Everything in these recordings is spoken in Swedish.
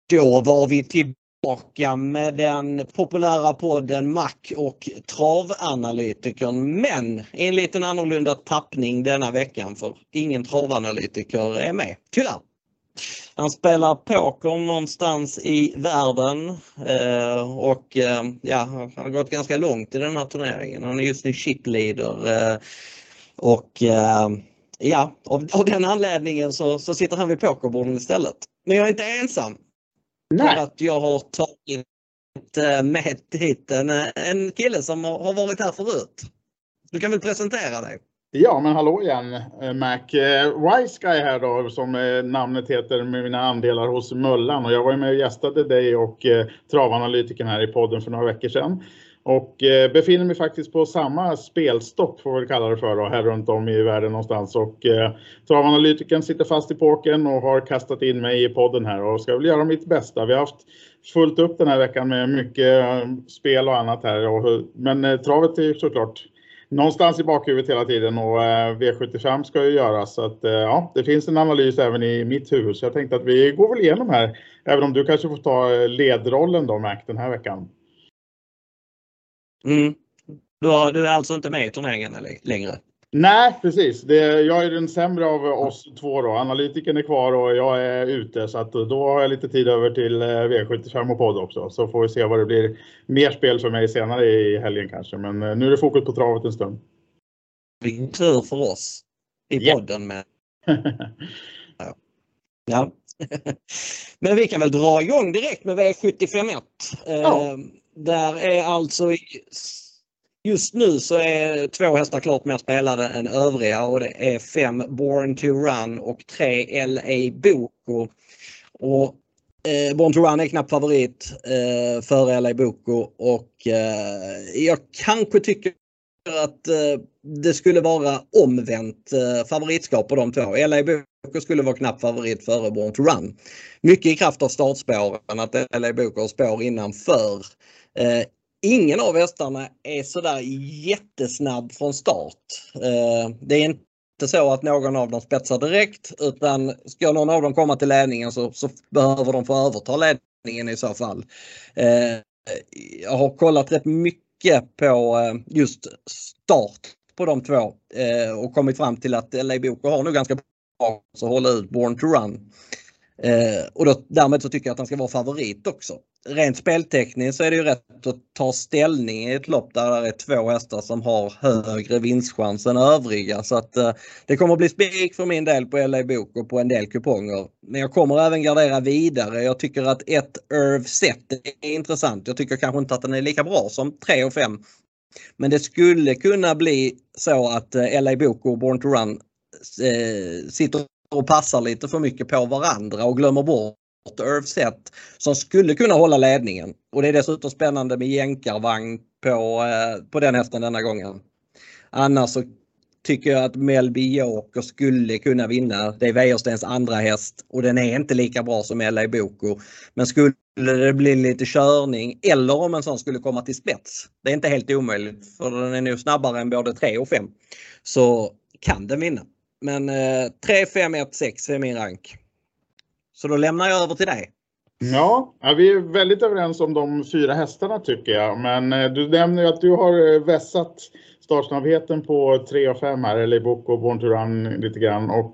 Då var vi tillbaka med den populära podden Mac och travanalytikern, men en liten annorlunda tappning denna veckan för ingen travanalytiker är med, tyvärr. Han spelar poker någonstans i världen och han har gått ganska långt i den här turneringen. Han är just nu chipleader av den anledningen så sitter han vid pokerborden istället. Men jag är inte ensam. Nej. För att jag har tagit med hit en kille som har varit här förut. Du kan väl presentera dig? Ja, men hallå igen Mac. Wise Guy här då, som namnet heter med mina andelar hos Möllan. Och jag var ju med och gästade dig och travanalytiken här i podden för några veckor sedan. Och befinner mig faktiskt på samma spelstopp, får vi kalla det för då, här runt om i världen någonstans. Och travanalytiken sitter fast i pokern och har kastat in mig i podden här och ska väl göra mitt bästa. Vi har haft fullt upp den här veckan med mycket spel och annat här. Men travet är ju såklart någonstans i bakhuvudet hela tiden och V75 ska ju göras. Så att det finns en analys även i mitt huvud. Så jag tänkte att vi går väl igenom här, även om du kanske får ta ledrollen då, Mac, den här veckan. Du är alltså inte med i turneringen längre? Nej, precis. Jag är den sämre av oss två då. Analytiken är kvar och jag är ute. Så att då har jag lite tid över till V75 och podd också. Så får vi se vad det blir mer spel för mig senare i helgen kanske. Men nu är det fokus på travet en stund. Vilken tur för oss i podden med. Ja. Men vi kan väl dra igång direkt med V75-1. Där är alltså just nu så är 2 hästar klart mer spelade än övriga och det är 5 Born to Run och 3 LA Boko. Och Born to Run är knappt favorit för LA Boko och jag kanske tycker att det skulle vara omvänt favoritskap på de 2. LA Boko skulle vara knappt favorit före Born to Run. Mycket i kraft av startspåren, att LA Boko har spår innanför. Ingen av hästarna är sådär jättesnabb från start. Det är inte så att någon av dem spetsar direkt, utan ska någon av dem komma till ledningen så behöver de få överta ledningen i så fall. Jag har kollat rätt mycket på just start på de 2 och kommit fram till att LA Boko har nog ganska bra att hålla ut Born to Run. Och därmed så tycker jag att han ska vara favorit också. Rent speltekniskt så är det ju rätt att ta ställning i ett lopp där det är 2 hästar som har högre vinstchans än övriga. Så att det kommer att bli spik för min del på LA Boko på en del kuponger. Men jag kommer även gardera vidare. Jag tycker att 1 Irv Set är intressant. Jag tycker kanske inte att den är lika bra som 3 och 5. Men det skulle kunna bli så att LA Boko och Born to Run sitter och passar lite för mycket på varandra och glömmer bort Irv Set som skulle kunna hålla ledningen. Och det är dessutom spännande med jänkarvagn på den hästen denna gången. Annars så tycker jag att Melby Joker skulle kunna vinna. Det är Wäjerstens andra häst och den är inte lika bra som LA Boko. Men skulle det bli lite körning eller om en sån skulle komma till spets, det är inte helt omöjligt för den är nu snabbare än både 3 och 5, så kan den vinna. Men 3, 5, 1, 6 är min rank. Så då lämnar jag över till dig. Ja, vi är väldigt överens om de 4 hästarna tycker jag. Men du nämner ju att du har vässat startsnabbheten på 3 och 5 här, eller Boko och Born to Run lite grann. Och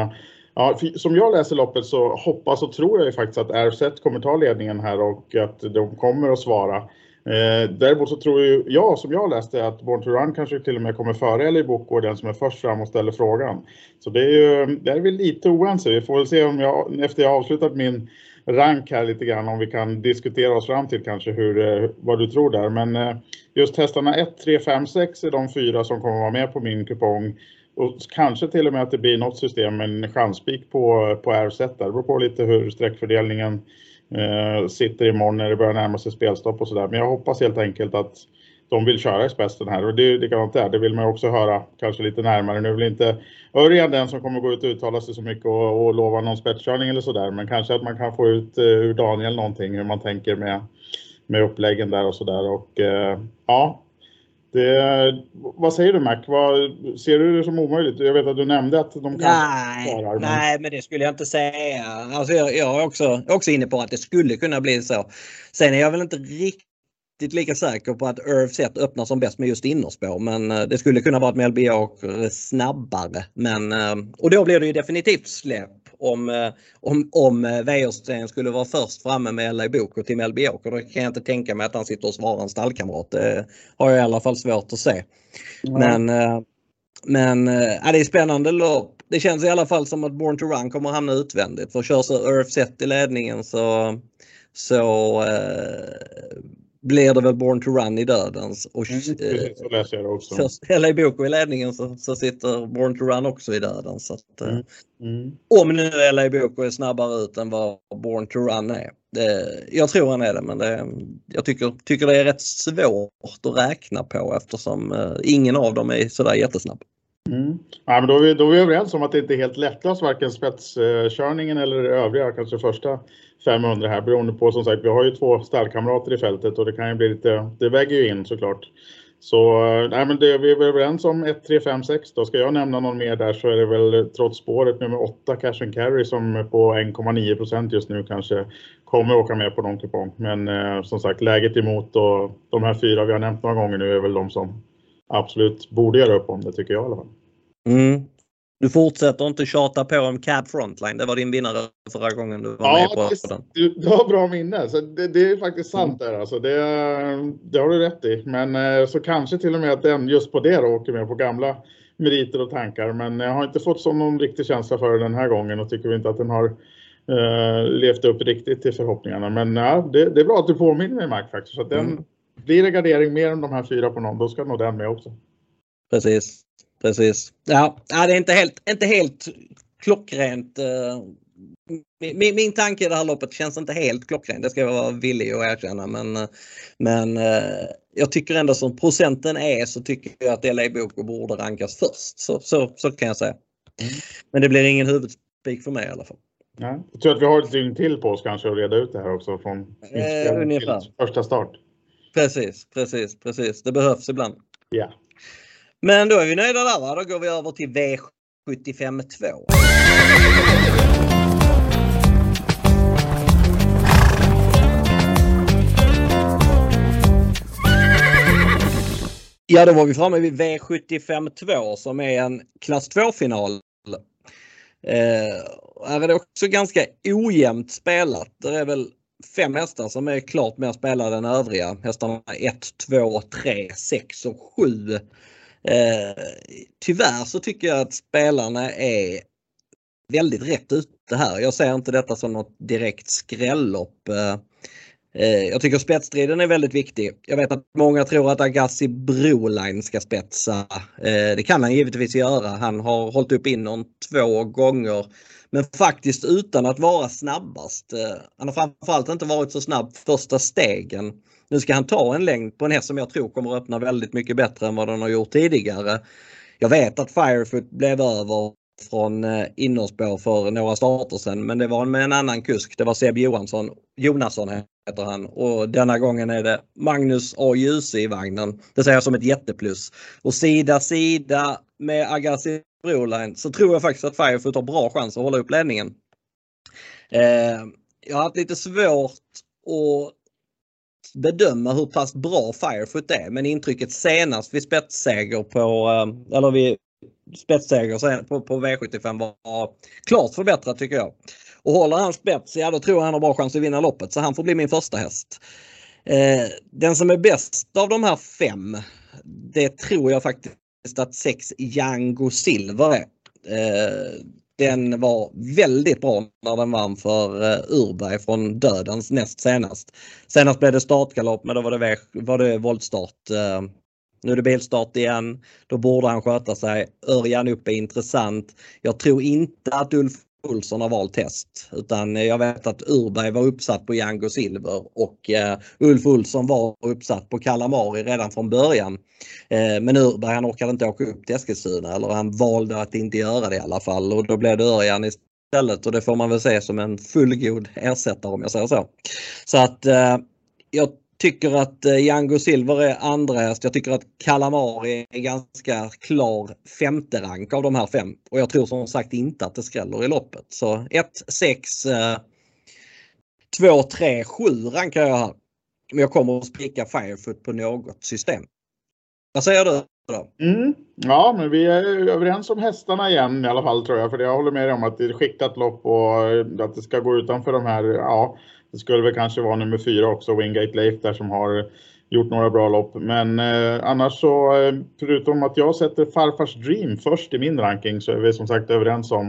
som jag läser loppet så hoppas och tror jag ju faktiskt att RZ kommer ta ledningen här och att de kommer att svara. Däremot så tror jag, som jag läste, att Born to Run kanske till och med kommer före eller Boko och den som är först fram och ställer frågan. Så det är väl lite oense. Vi får väl se om efter jag avslutat min rank här lite grann, om vi kan diskutera oss fram till kanske vad du tror där. Men just hästarna 1, 3, 5, 6 är de 4 som kommer vara med på min kupong. Och kanske till och med att det blir något system med en chanspik på RZ där. Det beror på lite hur sträckfördelningen sitter imorgon när det börjar närma sig spelstopp och sådär. Men jag hoppas helt enkelt att de vill köra Expressen här. Och det kan inte, det vill man också höra kanske lite närmare. Nu vill inte Örjan den som kommer gå ut och uttala sig så mycket och lova någon spetskörning eller sådär. Men kanske att man kan få ut ur Daniel någonting hur man tänker med uppläggen där och sådär. Och Vad säger du, Mac? Ser du det som omöjligt? Jag vet att du nämnde att de kan klarar. Nej, men det skulle jag inte säga. Alltså jag är också inne på att det skulle kunna bli så. Sen är jag väl inte riktigt lika säker på att Irv Set öppnar som bäst med just innerspår. Men det skulle kunna vara att Melby åker snabbare. Och då blir det ju definitivt släpp om Wäjersten skulle vara först framme med LA Boko till Melby Åker. Då kan jag inte tänka mig att han sitter och svarar en stallkamrat. Det har jag i alla fall svårt att se. Men det är spännande lopp. Det känns i alla fall som att Born to Run kommer att hamna utvändigt. För körs Irv Set i ledningen så blir det väl Born to Run i dödens. Och så läser jag det också. LA Boko i ledningen så sitter Born to Run också i döden. Så att, om nu LA Boko är snabbare ut än vad Born to Run är. Jag tror han är det, men jag tycker det är rätt svårt att räkna på eftersom ingen av dem är sådär jättesnabb. Ja, men då är vi överens om att det inte är helt lättlöst, varken spetskörningen eller övriga, kanske första 500 här, beroende på, som sagt, vi har ju 2 stallkamrater i fältet och det kan ju bli lite, det väger ju in såklart. Så nej, men vi är överens om 1, 3, 5, 6 då. Ska jag nämna någon mer där så är det väl trots spåret nummer 8 Cash and Carry som på 1,9% just nu kanske kommer åka med på någon kupong. Men som sagt, läget emot och de här 4 vi har nämnt några gånger nu är väl de som absolut borde göra upp om det, tycker jag i alla fall. Du fortsätter inte tjata på om Cab Frontline. Det var din vinnare förra gången du var med på den. Du har bra minne. Så det är faktiskt sant där. Alltså det har du rätt i. Men så kanske till och med att den just på det då åker med på gamla meriter och tankar. Men jag har inte fått som någon riktig känsla för den här gången och tycker inte att den har levt upp riktigt till förhoppningarna. Men ja, det är bra att du påminner mig, Mac, faktiskt. Så att den blir det gardering mer än de här 4 på någon. Då ska nog den med också. Precis. Ja, det är inte helt klockrent. Min tanke i det här loppet känns inte helt klockrent. Det ska jag vara villig att erkänna. Men jag tycker ändå som procenten är så tycker jag att LA Boko borde rankas först. Så kan jag säga. Men det blir ingen huvudspik för mig i alla fall. Ja, jag tror att vi har ett dygn till på oss kanske att reda ut det här också från ungefär. Första start. Precis. Det behövs ibland. Ja. Men då är vi nöjda där, va? Då går vi över till V75-2. Ja, då var vi framme vid V75-2 som är en klass 2-final. Här är det också ganska ojämnt spelat. Det är väl 5 hästar som är klart mer spelade än övriga. Hästarna 1, 2, 3, 6 och 7. Tyvärr så tycker jag att spelarna är väldigt rätt ute här. Jag ser inte detta som något direkt skrällopp. Jag tycker spetsstriden är väldigt viktig. Jag vet att många tror att Agassi Broline ska spetsa. Det kan han givetvis göra. Han har hållit upp innan 2 gånger. Men faktiskt utan att vara snabbast. Han har framförallt inte varit så snabb första stegen. Nu ska han ta en längd på en häst som jag tror kommer att öppna väldigt mycket bättre än vad den har gjort tidigare. Jag vet att Firefoot blev över från innerspår för några starter sedan. Men det var med en annan kusk. Det var Seb Jonasson heter han. Och denna gången är det Magnus A. Djuse i vagnen. Det säger jag som ett jätteplus. Och sida med Agassi Broline så tror jag faktiskt att Firefoot har bra chans att hålla upp ledningen. Jag har haft lite svårt att bedöma hur pass bra Firefoot är. Men intrycket senast vid spetsseger på V75 var klart förbättrat tycker jag. Och håller han spets, ja då tror jag han har bra chans att vinna loppet. Så han får bli min första häst. Den som är bäst av de här 5, det tror jag faktiskt att 6 Django Silver är. Den var väldigt bra när den vann för Urberg från dödens näst senast. Senast blev det startgalopp, men då var det voltstart. Nu är det bilstart igen. Då borde han sköta sig. Örjan upp är intressant. Jag tror inte att Ulf Olsson har valt häst. Utan jag vet att Urberg var uppsatt på Django Silver. Och Ulf Olsson var uppsatt på Kalamari redan från början. Men Urberg han orkade inte åka upp till Eskilstuna. Eller han valde att inte göra det i alla fall. Och då blev det Örjan istället. Och det får man väl se som en fullgod ersättare om jag säger så. Så att jag tycker att Django Silver är andra häst. Jag tycker att Calamari är ganska klar femte rank av de här 5. Och jag tror som sagt inte att det skräller i loppet. Så 1, 6, 2, 3, 7 rankar jag här. Men jag kommer att spika Firefoot på något system. Vad säger du då? Ja, men vi är överens om hästarna igen i alla fall tror jag. För jag håller med om att det är ett skiktat lopp och att det ska gå utanför de här. Ja, det skulle väl kanske vara nummer 4 också, Wingate Leif där som har gjort några bra lopp. Men annars så, förutom att jag sätter Farfars Dream först i min ranking, så är vi som sagt överens om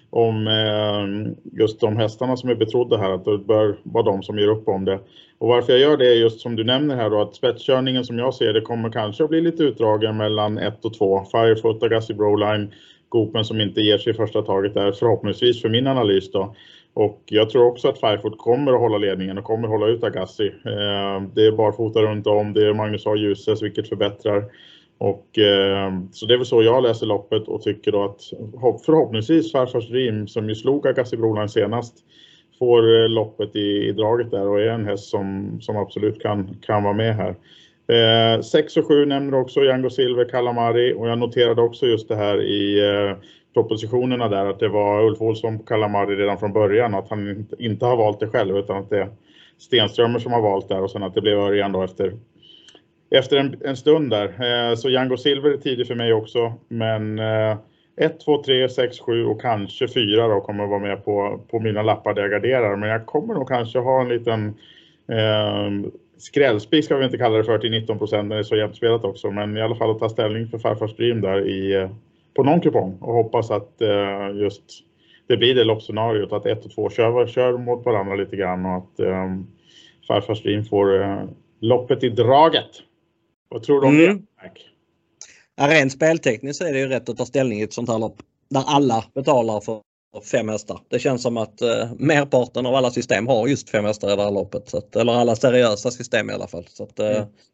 just de hästarna som är betrodda här, att det bör vara de som ger upp om det. Och varför jag gör det är just som du nämner här då, att spetskörningen som jag ser det kommer kanske att bli lite utdragen mellan 1 och 2. Firefoot, Agassi Broline, Gopen som inte ger sig i första taget där, förhoppningsvis för min analys då. Och jag tror också att Firefoot kommer att hålla ledningen och kommer att hålla ut Agassi. Det är barfota runt om, det är Magnus A. Ljuses vilket förbättrar. Och så det är väl så jag läser loppet och tycker då att förhoppningsvis Farfars Dream som ju slog Agassi Broline senast får loppet i draget där och är en häst som absolut kan vara med här. 6 och 7 nämner också Django Silver, Calamari, och jag noterade också just det här i propositionerna där att det var Ulf Olsson på Calamari redan från början, att han inte har valt det själv utan att det är Stenströmer som har valt där och sen att det blev Örjan då efter en stund där. Så Django Silver är tidig för mig också, men 1, 2, 3, 6, 7 och kanske 4 då kommer att vara med på mina lappar där jag garderar. Men jag kommer nog kanske ha en liten skrällspik ska vi inte kalla det för till 19%, när det är så jämnt spelat också. Men i alla fall att ta ställning för Farfars Dream där på någon kupong och hoppas att just det blir det loppscenariot att 1 och 2 kör mot varandra lite grann och att Farfars Dream får loppet i draget. Vad tror du om det? Ja, rent speltekniskt är det ju rätt att ta ställning i ett sånt här lopp där alla betalar för 5 hästar. Det känns som att merparten av alla system har just 5 hästar i det här loppet. Så att, eller alla seriösa system i alla fall. Så att,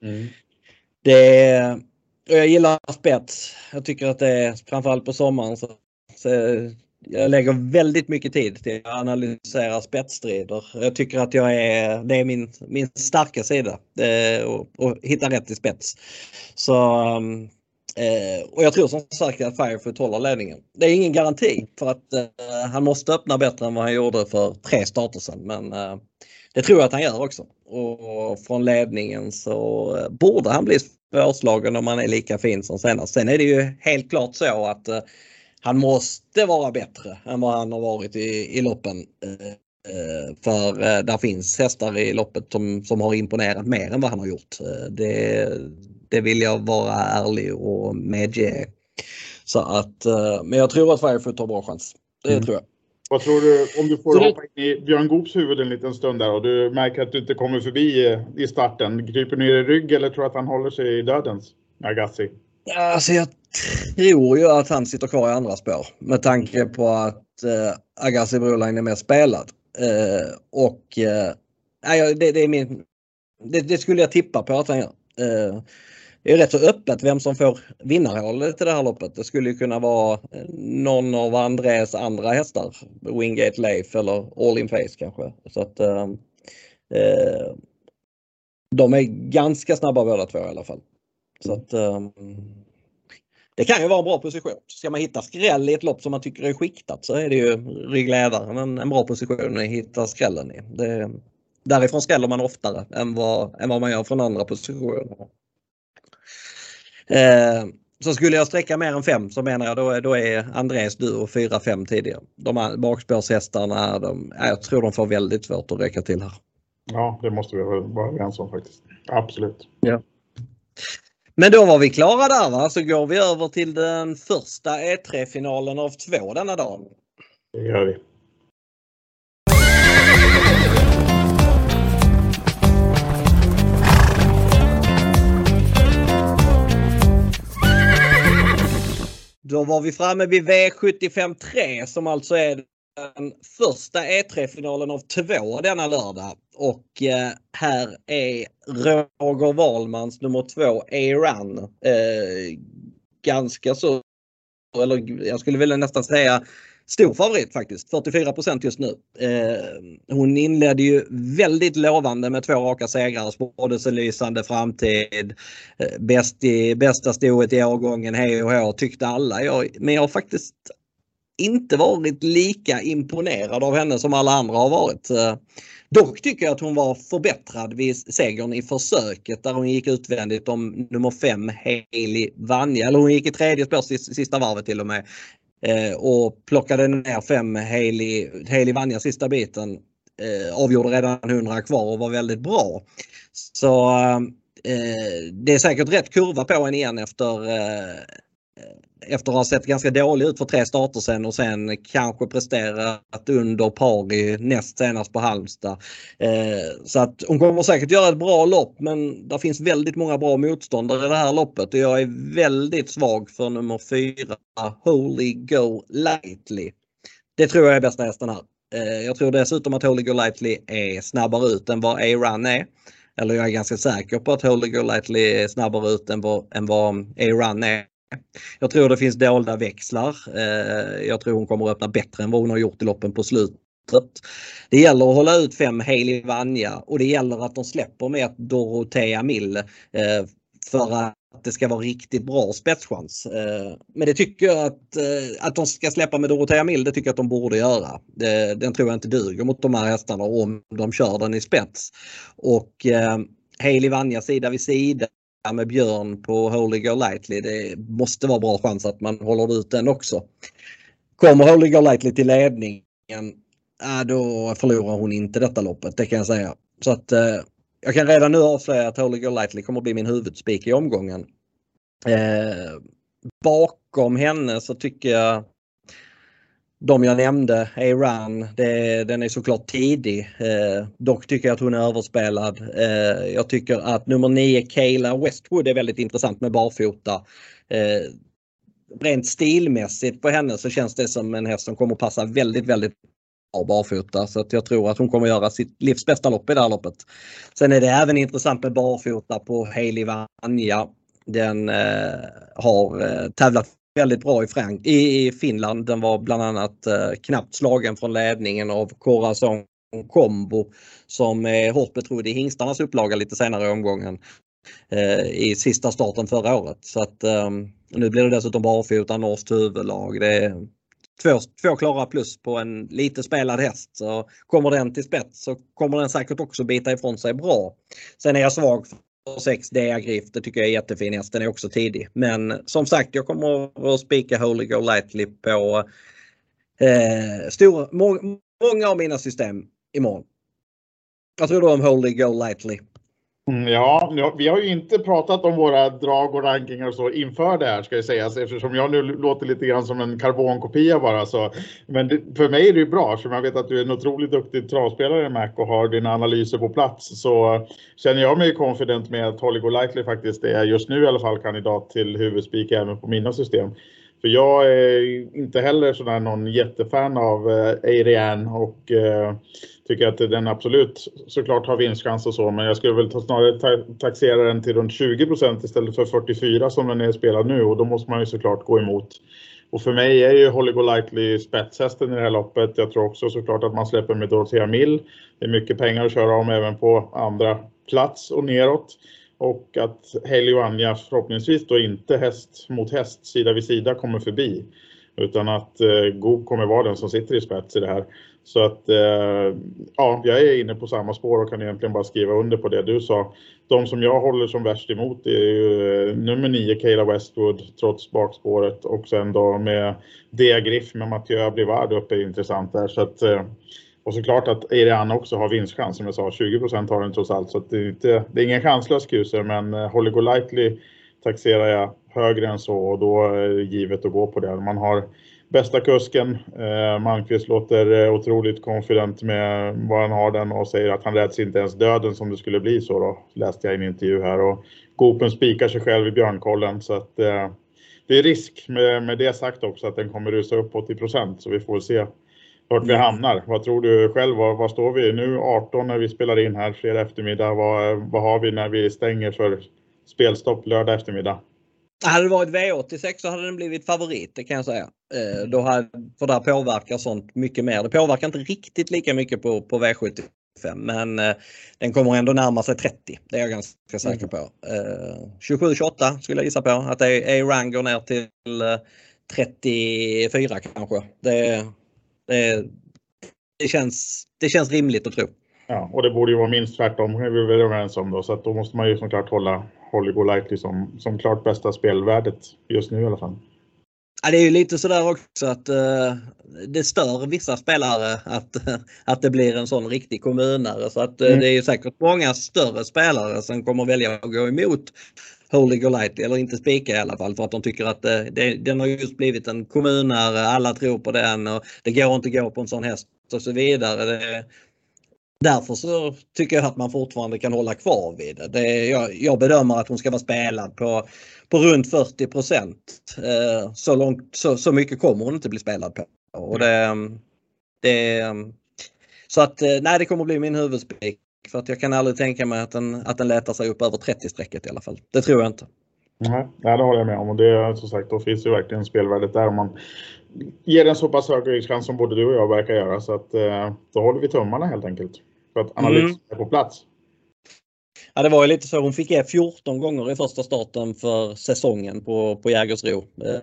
jag gillar spets. Jag tycker att det är framförallt på sommaren så jag lägger väldigt mycket tid till att analysera spetsstrider. Jag tycker att det är min starka sida och hitta rätt i spets. Så och jag tror som sagt att Firefoot håller ledningen. Det är ingen garanti för att han måste öppna bättre än vad han gjorde för 3 starter sedan. Men det tror jag att han gör också. Och från ledningen så borde han bli svårslagen om han är lika fin som senast. Sen är det ju helt klart så att han måste vara bättre än vad han har varit i loppen. För där finns hästar i loppet som har imponerat mer än vad han har gjort. Det vill jag vara ärlig och medge. Så att, men jag tror att Firefoot har bra chans. Det tror jag. Vad tror du om du får hoppa in i Björn Goops huvud en liten stund där och du märker att du inte kommer förbi i starten? Kryper ner i rygg eller tror att han håller sig i dödens? Agassi. Alltså jag tror ju att han sitter kvar i andra spår med tanke på att Agassi Broline är mer spelad. Det skulle jag tippa på att han gör. Det är rätt så öppet vem som får vinnarhållet i det här loppet. Det skulle ju kunna vara någon av Andrés andra hästar. Wingate Leif eller All In Face kanske. Så att de är ganska snabba båda två i alla fall. Så att det kan ju vara en bra position. Ska man hitta skräll i ett lopp som man tycker är skiktat så är det ju ryggledaren en bra position att hitta skrällen i. Därifrån skräller man oftare än vad man gör från andra positioner. Så skulle jag sträcka mer än 5 så menar jag då är Andrés duo 4-5 tidigare. De bakspårshästarna, jag tror de får väldigt svårt att räcka till här. Ja, det måste vi vara överens om faktiskt. Absolut. Ja. Men då var vi klara där va? Så går vi över till den första E3-finalen av 2 denna dag. Det gör vi. Då var vi framme vid V75-3 som alltså är den första E3-finalen av 2 denna lördag. Och här är Roger Wahlmans nummer 2 A-Run. Ganska så, eller jag skulle vilja nästan säga stor favorit faktiskt, 44% just nu. Hon inledde ju väldigt lovande med 2 raka segrar, spådde framtid, bästa stoet i årgången, hej och hå, tyckte alla. Men jag har faktiskt inte varit lika imponerad av henne som alla andra har varit. Dock tycker jag att hon var förbättrad vid segern i försöket där hon gick utvändigt om nummer 5 Hailey Vanja. Eller hon gick i tredje spår sista varvet till och med. Och plockade ner 5 Hailey Vanja sista biten. Avgjorde redan 100 kvar och var väldigt bra. Så det är säkert rätt kurva på en igen efter att ha sett ganska dålig ut för 3 starter sen och sen kanske presterat under par i näst senast på Halmstad. Så att hon kommer säkert göra ett bra lopp, men det finns väldigt många bra motståndare i det här loppet och jag är väldigt svag för nummer 4 Holy Go Lightly. Det tror jag är bästa hästen här. Jag tror dessutom att Holy Go Lightly är snabbare ut än vad A-Run är. Eller jag är ganska säker på att Holy Go Lightly är snabbare ut än vad A-Run är. Jag tror det finns dolda växlar. Jag tror hon kommer att öppna bättre än vad hon har gjort i loppen på slutet. Det gäller att hålla ut 5 Hailey Vanja och det gäller att de släpper med Dorothea Mill för att det ska vara riktigt bra spetschans. Men det tycker jag att de ska släppa med Dorothea Mill, det tycker jag att de borde göra. Den tror jag inte duger mot de här hästarna om de kör den i spets. Och Hailey Vanja sida vid sida med Björn på Holy Go Lightly, det måste vara bra chans att man håller ut den också. Kommer Holy Go Lightly till ledningen, då förlorar hon inte detta loppet, det kan jag säga. Så att jag kan redan nu avslöja att Holy Go Lightly kommer att bli min huvudspik i omgången. Bakom henne så tycker jag de jag nämnde, A-Run, den är såklart tidig. Dock tycker jag att hon är överspelad. Jag tycker att nummer 9 Kayla Westwood är väldigt intressant med barfota. Rent stilmässigt på henne så känns det som en häst som kommer att passa väldigt, väldigt bra barfota. Så att jag tror att hon kommer att göra sitt livs bästa lopp i det här loppet. Sen är det även intressant med barfota på Hailey Vanja. Den har tävlat väldigt bra i Finland. Den var bland annat knappt slagen från ledningen av Corazon Combo som är hårt betrodd i hingstarnas upplaga lite senare i omgången i sista starten förra året. Så att nu blir det dessutom barfota, norskt huvudlag. Det är två klara plus på en lite spelad häst. Så kommer den till spets så kommer den säkert också bita ifrån sig bra. Sen är jag svag för 6 Deagriff, det tycker jag är jättefin häst, den är också tidig. Men som sagt, jag kommer att spika Holy Go Lightly på många av mina system imorgon. Vad tror du om Holy Go Lightly? Ja, vi har ju inte pratat om våra drag och rankingar och så inför det här ska jag säga, eftersom jag nu låter lite grann som en karbonkopia bara så. Men för mig är det ju bra, för jag vet att du är en otroligt duktig travspelare Mac och har dina analyser på plats, så känner jag mig confident med att Holy Go Lightly faktiskt är just nu i alla fall kandidat till huvudspik även på mina system. För jag är inte heller sådär någon jättefan av Ariane och tycker att den absolut såklart har vinstchans och så. Men jag skulle väl snarare taxera den till runt 20% istället för 44% som den är spelad nu. Och då måste man ju såklart gå emot. Och för mig är ju Holy Go Lightly spetshästen i det här loppet. Jag tror också såklart att man släpper med Dorothea Mill. Det är mycket pengar att köra om även på andra plats och neråt. Och att Hailey Vanja förhoppningsvis då inte häst mot häst sida vid sida kommer förbi. Utan att Goop kommer vara den som sitter i spets i det här. Så att ja, jag är inne på samma spår och kan egentligen bara skriva under på det du sa. De som jag håller som värst emot är ju nummer 9 Kayla Westwood trots bakspåret. Och sen då med Deagriff med Mathieu Abrivard uppe är intressant där. Så att, och såklart att Ariane också har vinstchans som jag sa. 20% har den trots allt. Så att det är ingen chanslös kuser, men Holy Go Lightly taxerar jag högre än så. Och då är det givet att gå på det. Man har bästa kusken. Malmqvist låter otroligt confident med vad han har den och säger att han räds inte ens döden som det skulle bli så då. Läste jag i en intervju här och Goopen spikar sig själv i björnkollen så att det är risk med det sagt också att den kommer rusa upp 80% så vi får se vart vi hamnar. Vad tror du själv? Vad står vi nu 18 när vi spelar in här fredag eftermiddag? Vad har vi när vi stänger för spelstopp lördag eftermiddag? Hade det varit V86 så hade den blivit favorit, det kan jag säga. För där påverkar sånt mycket mer. Det påverkar inte riktigt lika mycket på V75. Men den kommer ändå närma sig 30. Det är jag ganska säker på. 27-28 skulle jag gissa på. Att A-Rang går ner till 34 kanske. Det känns rimligt att tro. Ja, och det borde ju vara minst tvärtom, är vi väl överens om då. Så att då måste man ju såklart hålla Holy Go Lightly som klart bästa spelvärdet just nu i alla fall. Ja, det är ju lite sådär också att det stör vissa spelare att det blir en sån riktig kommunare. Så att det är ju säkert många större spelare som kommer välja att gå emot Holy Go Lightly eller inte spika i alla fall, för att de tycker att den har just blivit en kommunare, alla tror på den och det går inte att gå på en sån häst och så vidare. Därför så tycker jag att man fortfarande kan hålla kvar vid det. Jag bedömer att hon ska vara spelad på runt 40%. Så mycket kommer hon inte bli spelad på. Och så att nej, det kommer bli min huvudspik. För att jag kan aldrig tänka mig att den letar sig upp över 30-strecket i alla fall. Det tror jag inte. Nej, det håller jag med om. Och det, som sagt, då finns ju verkligen spelvärdet där om man ger en så pass hög chans som både du och jag verkar göra. Så att då håller vi tummarna helt enkelt. För att analysen är på plats. Ja, det var ju lite så. Hon fick 14 gånger i första starten för säsongen på Jägersro.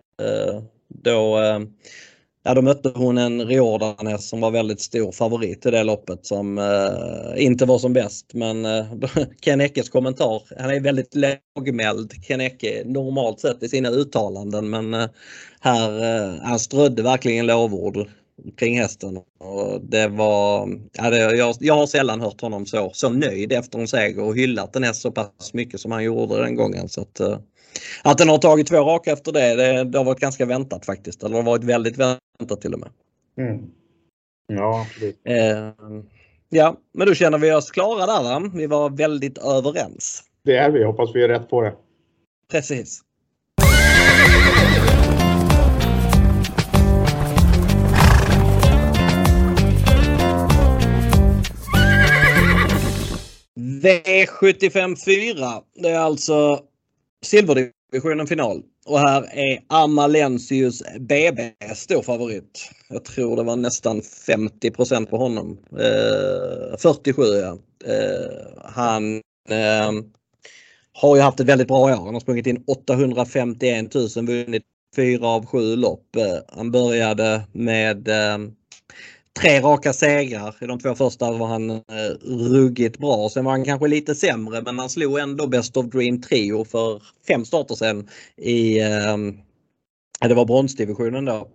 Då mötte hon en Riordan som var väldigt stor favorit i det loppet som inte var som bäst. Men Ken Eckes kommentar, han är väldigt lågmäld, Ken Ecke, normalt sett i sina uttalanden. Men han strödde verkligen lovord kring hästen. Och det var, jag har sällan hört honom så nöjd efter en seger och hyllat den häst så pass mycket som han gjorde den gången. Så att den har tagit 2 raka efter det har varit ganska väntat faktiskt. Eller det har varit väldigt väntat till och med. Ja, absolut. Ja, men då känner vi oss klara där, va? Vi var väldigt överens. Det är vi, hoppas vi är rätt på det. Precis. V75 4. Det är alltså silverdivisionen final. Och här är Amalensius BB stor favorit. Jag tror det var nästan 50% på honom. 47 ja. Han har ju haft ett väldigt bra år. Han har sprungit in 851 000, vunnit 4 av 7 lopp. Han började med 3 raka segrar. I de 2 första var han ruggigt bra. Sen var han kanske lite sämre, men han slog ändå Best of Dream Trio för 5 starter sedan i det var bronsdivisionen då.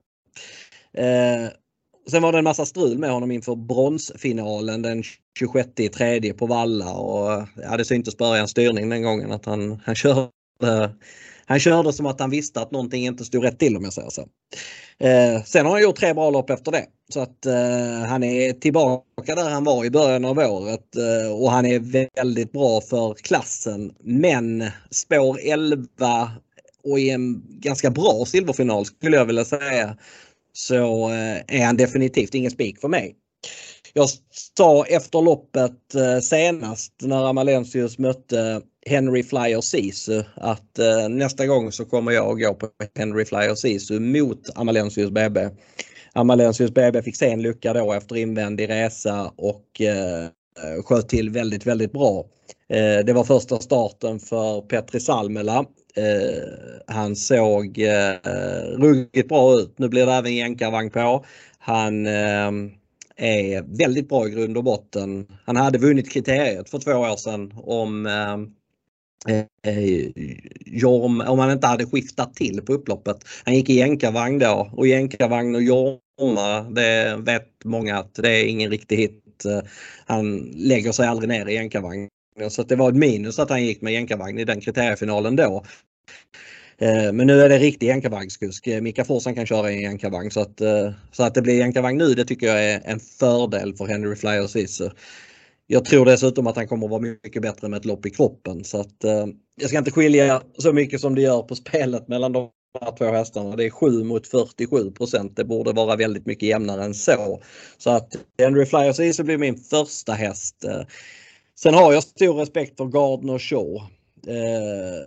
Sen var det en massa strul med honom inför bronsfinalen den 26/3 på Valla och det syntes börja en styrning den gången att han körde som att han visste att någonting inte stod rätt till, om jag säger så. Sen har han gjort 3 bra lopp efter det. Så att han är tillbaka där han var i början av året. Och han är väldigt bra för klassen. Men spår 11 och i en ganska bra silverfinal skulle jag vilja säga. Så är han definitivt ingen spik för mig. Jag sa efter loppet senast när Amalensius mötte Henry Flyer Sisu att nästa gång så kommer jag att gå på Henry Flyer Sisu mot Amalensius BB. Amalensius BB fick se en lucka då efter invändig resa och sköt till väldigt, väldigt bra. Det var första starten för Petri Salmela. Han såg ruggigt bra ut. Nu blir det även jänkarvagn på. Han är väldigt bra i grund och botten. Han hade vunnit kriteriet för 2 år sedan om han inte hade skiftat till på upploppet. Han gick i jänkarvagn då och jänkarvagn och Jorma, det vet många att det är ingen riktig hit. Han lägger sig aldrig ner i jänkarvagn. Så att det var ett minus att han gick med jänkarvagn i den kriteriefinalen då. Men nu är det riktig jänkarvagnskusk. Mika Forsson kan köra i en jänkarvagn. Så att det blir jänkarvagn nu, det tycker jag är en fördel för Henry Flyer Sisu. Jag tror dessutom att han kommer att vara mycket bättre med ett lopp i kroppen. Så att jag ska inte skilja så mycket som det gör på spelet mellan de här 2 hästarna. Det är 7 mot 47%. Det borde vara väldigt mycket jämnare än så. Så att Henry Flyer Sisu blir min första häst. Sen har jag stor respekt för Gardner Shaw.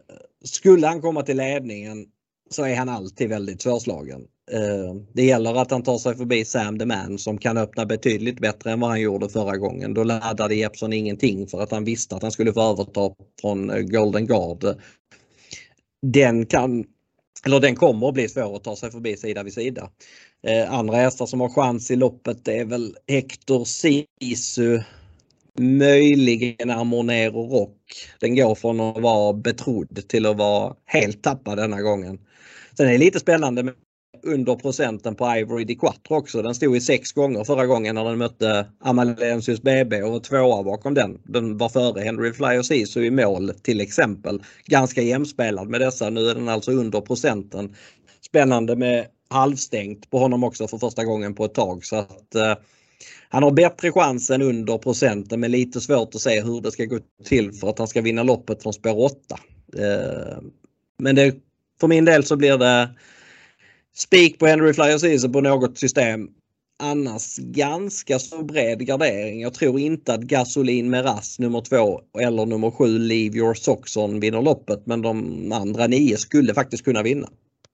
skulle han komma till ledningen så är han alltid väldigt svårslagen. Det gäller att han tar sig förbi Sam the Man som kan öppna betydligt bättre än vad han gjorde förra gången. Då laddade Jeppson ingenting för att han visste att han skulle få överta från Golden Guard. Den kommer att bli svår att ta sig förbi sida vid sida. Andra hästar som har chans i loppet är väl Hector Sisu, möjligen Amonero Rock. Den går från att vara betrodd till att vara helt tappad denna gången. Sen är det lite spännande med under procenten på Ivory di Quattro också. Den stod i 6 gånger förra gången när den mötte Amalensius BB och var 2 bakom den. Den var före Henry Fly och Sisu i mål till exempel. Ganska jämspelad med dessa. Nu är den alltså under procenten. Spännande med halvstängt på honom också för första gången på ett tag. Så att han har bättre chans än under procenten, men lite svårt att se hur det ska gå till för att han ska vinna loppet från spår 8. Men för min del så blir det spik på Henry Fly och Sisu på något system. Annars ganska så bred gardering. Jag tror inte att Gasolin Meras nummer 2 eller nummer 7 Leave Your Socks On vinner loppet, men de andra 9 skulle faktiskt kunna vinna.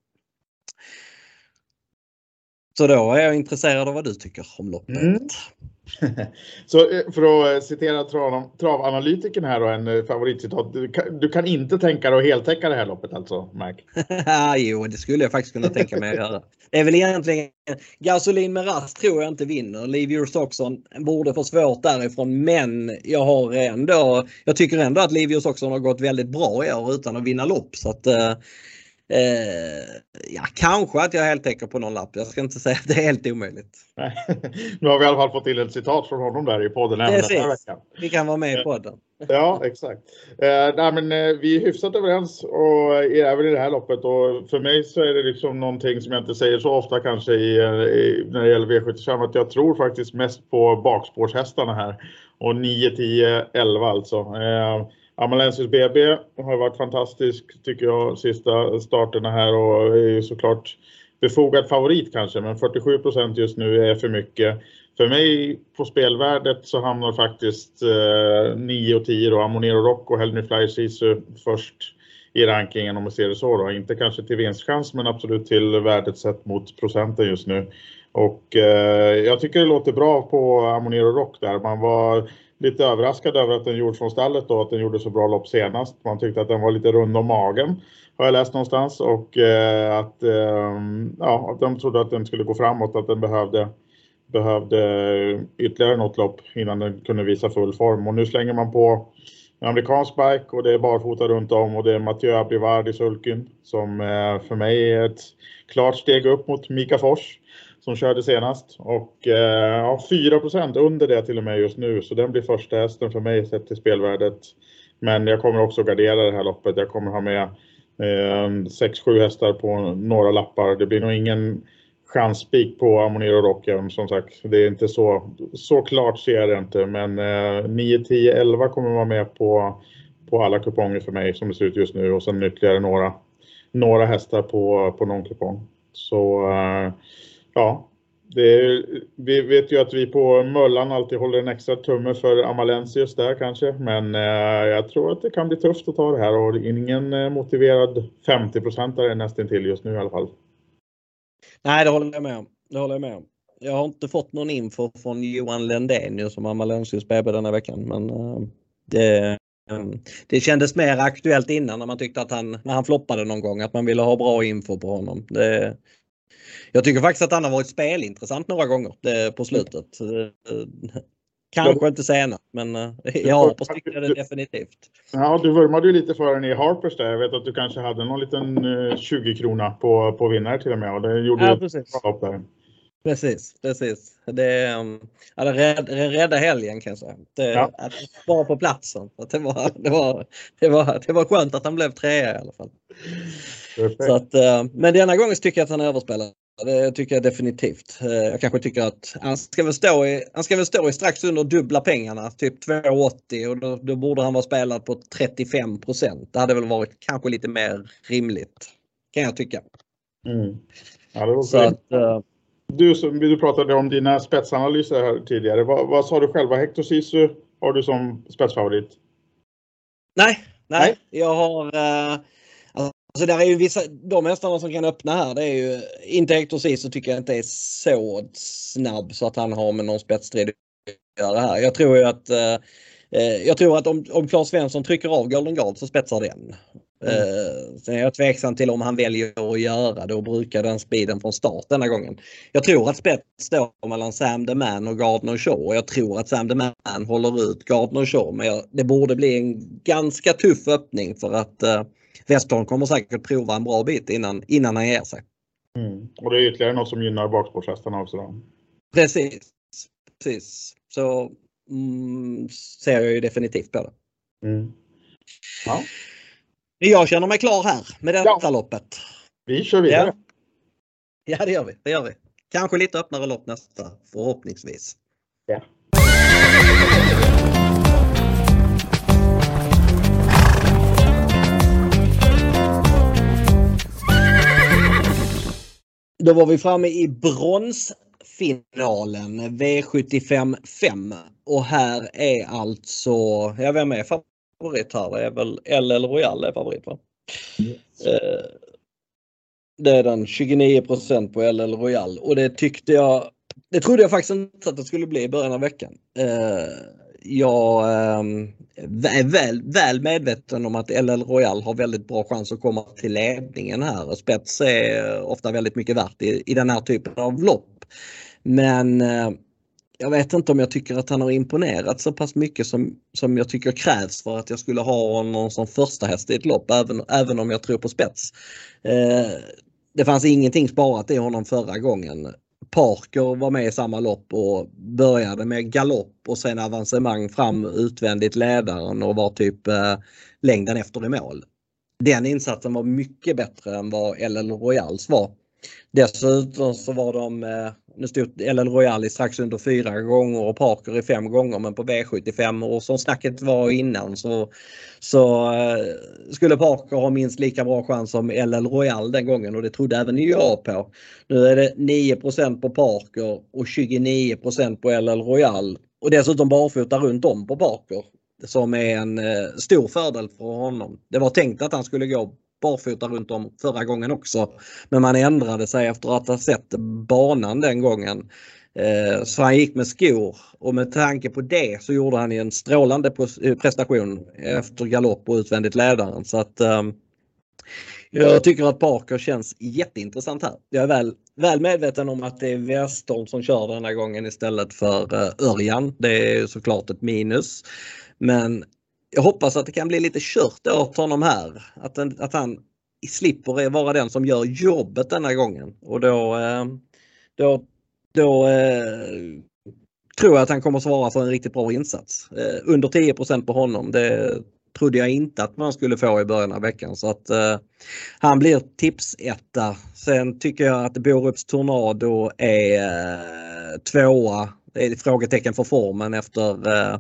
Så då är jag intresserad av vad du tycker om loppet. Så för att citera travanalytiken här och en favoritcitat. Du kan inte tänka dig att heltäcka det här loppet alltså, Mac? Jo, det skulle jag faktiskt kunna tänka mig att göra. Det är väl egentligen Gasolin Meras tror jag inte vinner. Leave Your Socks On borde få svårt därifrån, men jag tycker ändå att Leave Your Socks On har gått väldigt bra i år utan att vinna lopp, så att kanske att jag helt täcker på någon lapp. Jag ska inte säga att det är helt omöjligt. Nu har vi i alla fall fått till ett citat från honom där i podden även den här veckan. Vi kan vara med i podden. Ja, exakt. Vi är hyfsat överens och är även i det här loppet, och för mig så är det liksom någonting som jag inte säger så ofta kanske när det gäller V75, att jag tror faktiskt mest på bakspårshästarna här, och 9, 10, 11 alltså. Amalensius BB har varit fantastisk tycker jag sista starterna här, och är ju såklart befogad favorit kanske, men 47% just nu är för mycket. För mig på spelvärdet så hamnar faktiskt 9 och 10 då, Amonero Rock och Henry Fly Sisu först i rankingen om man ser det så då. Inte kanske till vinstchans, men absolut till värdet sett mot procenten just nu. Och jag tycker det låter bra på Amonero Rock där. Man var lite överraskad över att den gjorde från stallet då, att den gjorde så bra lopp senast. Man tyckte att den var lite rund om magen, har jag läst någonstans, och att de trodde att den skulle gå framåt, att den behövde ytterligare något lopp innan den kunde visa full form. Och nu slänger man på en amerikansk bike och det är barfota runt om, och det är Mathieu Abrivard i sulken som för mig är ett klart steg upp mot Mika Fors som körde senast, och 4% under det till och med just nu, så den blir första hästen för mig sett till spelvärdet. Men jag kommer också gardera det här loppet. Jag kommer ha med 6-7 hästar på några lappar. Det blir nog ingen chansspik på Amonero Rock, som sagt. Det är inte så klart, ser jag det inte, men 9, 10, 11 kommer vara med på alla kuponger för mig som det ser ut just nu, och sen ytterligare några hästar på någon kupong. Så vi vet ju att vi på Möllan alltid håller en extra tumme för Amalensius där kanske, men jag tror att det kan bli tufft att ta det här, och ingen motiverad 50% är nästan till just nu i alla fall. Nej, det håller jag med om. Jag har inte fått någon info från Johan Lendén som Amalensius BB denna veckan, men det kändes mer aktuellt innan, när man tyckte att när han floppade någon gång, att man ville ha bra info på honom. Jag tycker faktiskt att han har varit spelintressant några gånger på slutet. Kanske inte senare, men jag hoppas det definitivt. Ja, du vurmade ju lite för den i Harpers där. Jag vet att du kanske hade någon liten 20 krona på vinnare till och med. Och det gjorde ju ett bra lopp där. Precis. Det rädda helgen kan jag säga. Bara på platsen. Det var skönt att han blev 3 i alla fall. Så att, men denna gången tycker jag att han överspelar. Det tycker jag definitivt. Jag kanske tycker att han ska väl stå i strax under dubbla pengarna, typ 2,80, och då borde han vara spelad på 35%. Det hade väl varit kanske lite mer rimligt, kan jag tycka. Ja, det var så att, du pratade om dina spetsanalyser här tidigare. Vad sa du själva? Hector Sisu har du som spetsfavorit? Nej. Jag har Alltså där är ju vissa, de hästarna som kan öppna här, det är ju inte Hector Sisu tycker jag inte är så snabb så att han har med någon spetsstrid att göra här. Jag tror ju att om Claes Svensson trycker av Golden Guard så spetsar den. Sen är jag tveksam till om han väljer att göra det och brukar den speeden från start denna gången. Jag tror att spets står mellan Sam the Man och Gardner Shaw och jag tror att Sam the Man håller ut Gardner Shaw, men det borde bli en ganska tuff öppning för att Westholm kommer säkert prova en bra bit innan han ger sig. Och det är ytterligare något som gynnar bakspårshästarna också då. Precis. Så ser jag ju definitivt på det. Ja. Jag känner mig klar här med detta loppet. Vi kör vidare. Ja, det gör vi. Kanske lite öppnare lopp nästa, förhoppningsvis. Ja. Då var vi framme i bronsfinalen V75 5 och här är alltså, vem är favorit här? Det är väl LL Royal är favorit, va? Yes. Det är den 29% på LL Royal och det trodde jag faktiskt inte att det skulle bli i början av veckan. Jag är väl medveten om att LL Royal har väldigt bra chans att komma till ledningen här och spets är ofta väldigt mycket värt i den här typen av lopp. Men jag vet inte om jag tycker att han har imponerat så pass mycket som jag tycker krävs för att jag skulle ha honom som första häst i ett lopp, även om jag tror på spets. Det fanns ingenting sparat i honom förra gången. Parker var med i samma lopp och började med galopp och sen avancemang fram utvändigt ledaren och var typ längden efter i mål. Den insatsen var mycket bättre än vad LL Royals var. Dessutom så var nu stod LL Royal i strax under 4 gånger och Parker i 5 gånger, men på V75 och som snacket var innan så skulle Parker ha minst lika bra chans som LL Royal den gången och det trodde även jag på. Nu är det 9% på Parker och 29% på LL Royal och dessutom barfota runt om på Parker som är en stor fördel för honom. Det var tänkt att han skulle gå barfota runt om förra gången också. Men man ändrade sig efter att ha sett banan den gången. Så han gick med skor och med tanke på det så gjorde han en strålande prestation efter galopp och utvändigt ledaren. Så att jag tycker att Parker känns jätteintressant här. Jag är väl medveten om att det är Westholm som kör denna gången istället för Örjan. Det är såklart ett minus. Men jag hoppas att det kan bli lite kört åt honom här. Att han slipper vara den som gör jobbet denna gången. Och då tror jag att han kommer svara för en riktigt bra insats. Under 10% på honom. Det trodde jag inte att man skulle få i början av veckan. Så att han blir tipsetta. Sen tycker jag att Borups Tornado är 2. Det är frågetecken för formen efter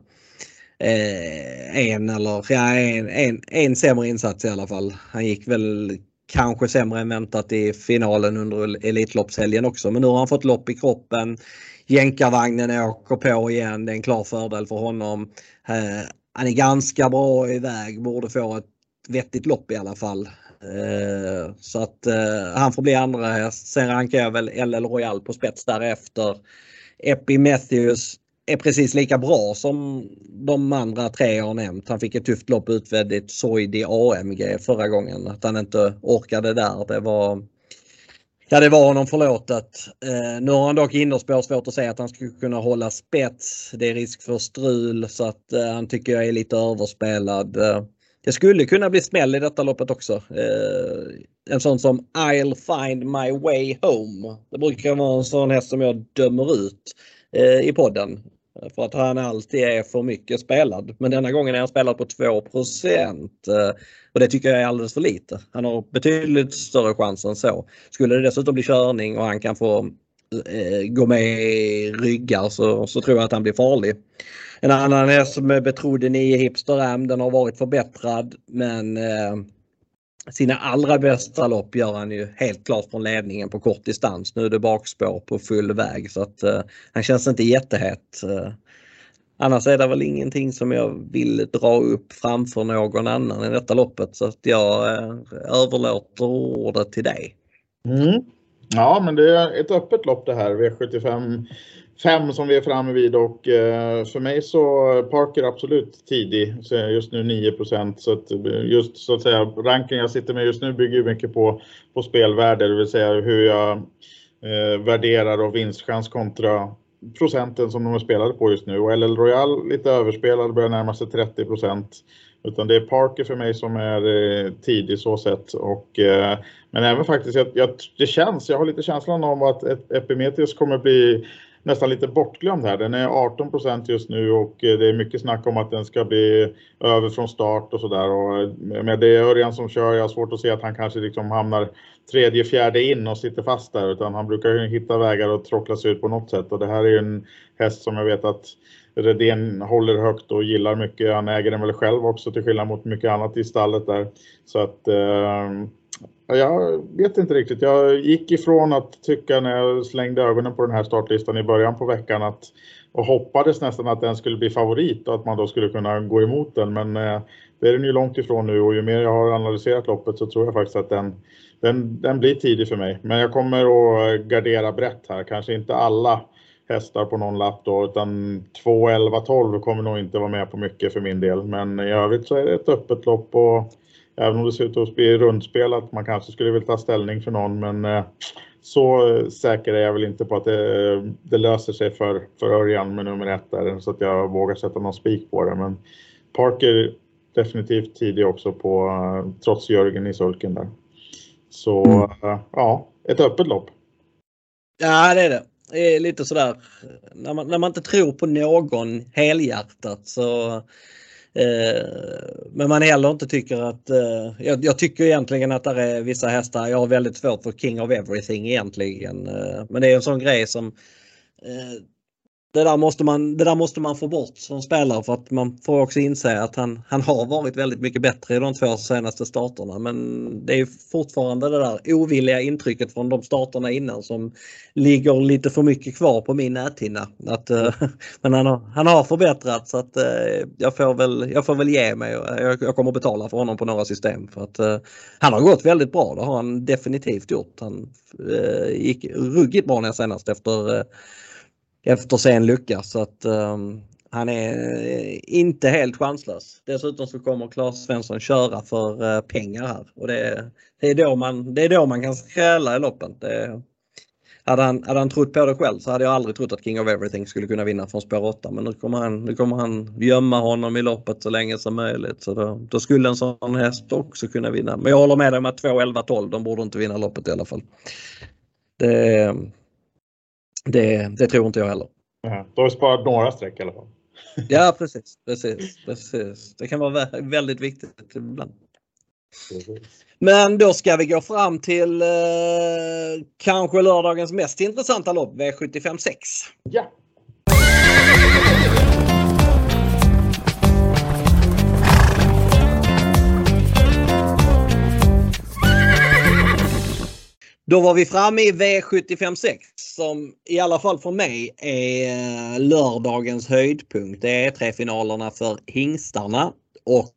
en sämre insats i alla fall. Han gick väl kanske sämre än väntat i finalen under Elitloppshelgen också. Men nu har han fått lopp i kroppen. Jänkarvagnen åker på igen. Det är en klar fördel för honom. Han är ganska bra iväg. Borde få ett vettigt lopp i alla fall. Så att han får bli andra häst. Sen rankar jag väl LL Royal på spets därefter. Epi Matthews är precis lika bra som de andra 3 jag har nämnt. Han fick ett tufft lopp utvändigt Soidi AMG förra gången. Att han inte orkade där. Det var honom förlåtet. Nu har han dock innerspår, svårt att säga att han skulle kunna hålla spets. Det är risk för strul så att han tycker jag är lite överspelad. Det skulle kunna bli smäll i detta loppet också. En sån som I'll find my way home. Det brukar vara en sån häst som jag dömer ut i podden. För att han alltid är för mycket spelad. Men denna gången är han spelad på 2%. Och det tycker jag är alldeles för lite. Han har betydligt större chans än så. Skulle det dessutom bli körning och han kan få gå med i ryggar så tror jag att han blir farlig. En annan häst som är betrodd 9 Hipster, den har varit förbättrad. Men sina allra bästa lopp gör han ju helt klart från ledningen på kort distans. Nu är det bakspår på full väg så att han känns inte jättehet. Annars är det väl ingenting som jag vill dra upp framför någon annan i detta loppet, så att jag överlåter ordet till dig. Ja, men det är ett öppet lopp det här, V75 5 som vi är framme vid, och för mig så Parker absolut tidig, så just nu 9%, så att just så att säga ranking jag sitter med just nu bygger mycket på spelvärde, det vill säga hur jag värderar och vinstchans kontra procenten som de har spelat på just nu, och LL Royal lite överspelad, börjar närma sig 30%. Utan det är Parker för mig som är tidig så sett. Och, men även faktiskt, jag har lite känslan om att Epimetheus kommer bli nästan lite bortglömd här. Den är 18% just nu, och det är mycket snack om att den ska bli över från start och sådär. Och med det Örjan som kör, jag har svårt att se att han kanske liksom hamnar tredje, fjärde in och sitter fast där. Utan han brukar ju hitta vägar och tråckla sig ut på något sätt. Och det här är ju en häst som jag vet att Redén håller högt och gillar mycket. Han äger den väl själv också, till skillnad mot mycket annat i stallet där. Så att jag vet inte riktigt. Jag gick ifrån att tycka när jag slängde ögonen på den här startlistan i början på veckan och hoppades nästan att den skulle bli favorit och att man då skulle kunna gå emot den. Men det är den ju långt ifrån nu, och ju mer jag har analyserat loppet så tror jag faktiskt att den blir tidig för mig. Men jag kommer att gardera brett här. Kanske inte alla hästar på någon lapp då, utan 2, 11, 12 kommer nog inte vara med på mycket för min del. Men i övrigt så är det ett öppet lopp, och även om det ser ut att bli rundspelat, man kanske skulle vilja ta ställning för någon, men så säker är jag väl inte på att det löser sig för Örjan med nummer 1 där, så att jag vågar sätta någon spik på det. Men Parker definitivt tidig också på, trots Jörgen i sulken där. Så ja, ett öppet lopp. Ja, det är det. Det är lite sådär, när man inte tror på någon helhjärtat så men man heller inte tycker att jag tycker egentligen att det är vissa hästar, jag har väldigt svårt för King of Everything egentligen, men det är en sån grej som det där måste man få bort som spelare, för att man får också inse att han har varit väldigt mycket bättre i de 2 senaste starterna, men det är fortfarande det där ovilliga intrycket från de starterna innan som ligger lite för mycket kvar på min näthinna. Men han har förbättrat, så att jag får väl ge mig, och jag kommer betala för honom på några system, för att han har gått väldigt bra, det har han definitivt gjort. Han gick ruggigt bra när senast efter sen lucka, så att han är inte helt chanslös. Dessutom så kommer Claes Svensson köra för pengar här, och det är då man kan skrälla i loppen. Hade han trott på det själv så hade jag aldrig trott att King of Everything skulle kunna vinna från spår 8, men nu kommer han gömma honom i loppet så länge som möjligt, så då skulle en sån häst också kunna vinna. Men jag håller med dig om att 2, 11, 12, de borde inte vinna loppet i alla fall. Det tror inte jag heller. Då har vi sparat några streck i alla fall. Ja, precis. Det kan vara väldigt viktigt ibland. Men då ska vi gå fram till kanske lördagens mest intressanta lopp, V75 6. Ja. Då var vi framme i V75 6 som i alla fall för mig är lördagens höjdpunkt. Det är 3-finalerna för hingstarna, och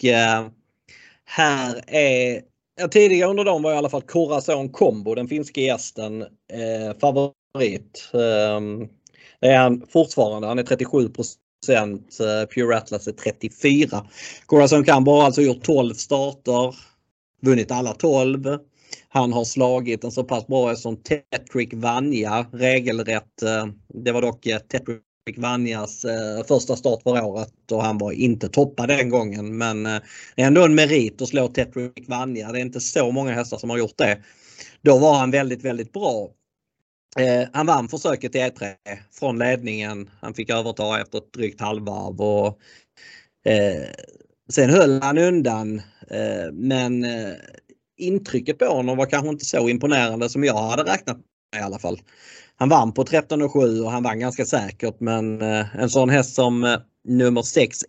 här är tidigare under dem var i alla fall Corazon Combo, den finska gästen, favorit. Det är han fortfarande, han är 37%, Pure Atlas är 34%. Corazon Combo har alltså gjort 12 starter, vunnit alla 12. Han har slagit en så pass bra som Tetrick Vanja regelrätt. Det var dock Tetrick Vanjas första start för året, och han var inte toppad den gången. Men det är ändå en merit att slå Tetrick Vanja. Det är inte så många hästar som har gjort det. Då var han väldigt, väldigt bra. Han vann försöket i E3 från ledningen. Han fick överta efter ett drygt halvvarv, och sen höll han undan. Men intrycket på honom var kanske inte så imponerande som jag hade räknat med i alla fall. Han vann på 13,7 och han vann ganska säkert, men en sån häst som nummer 6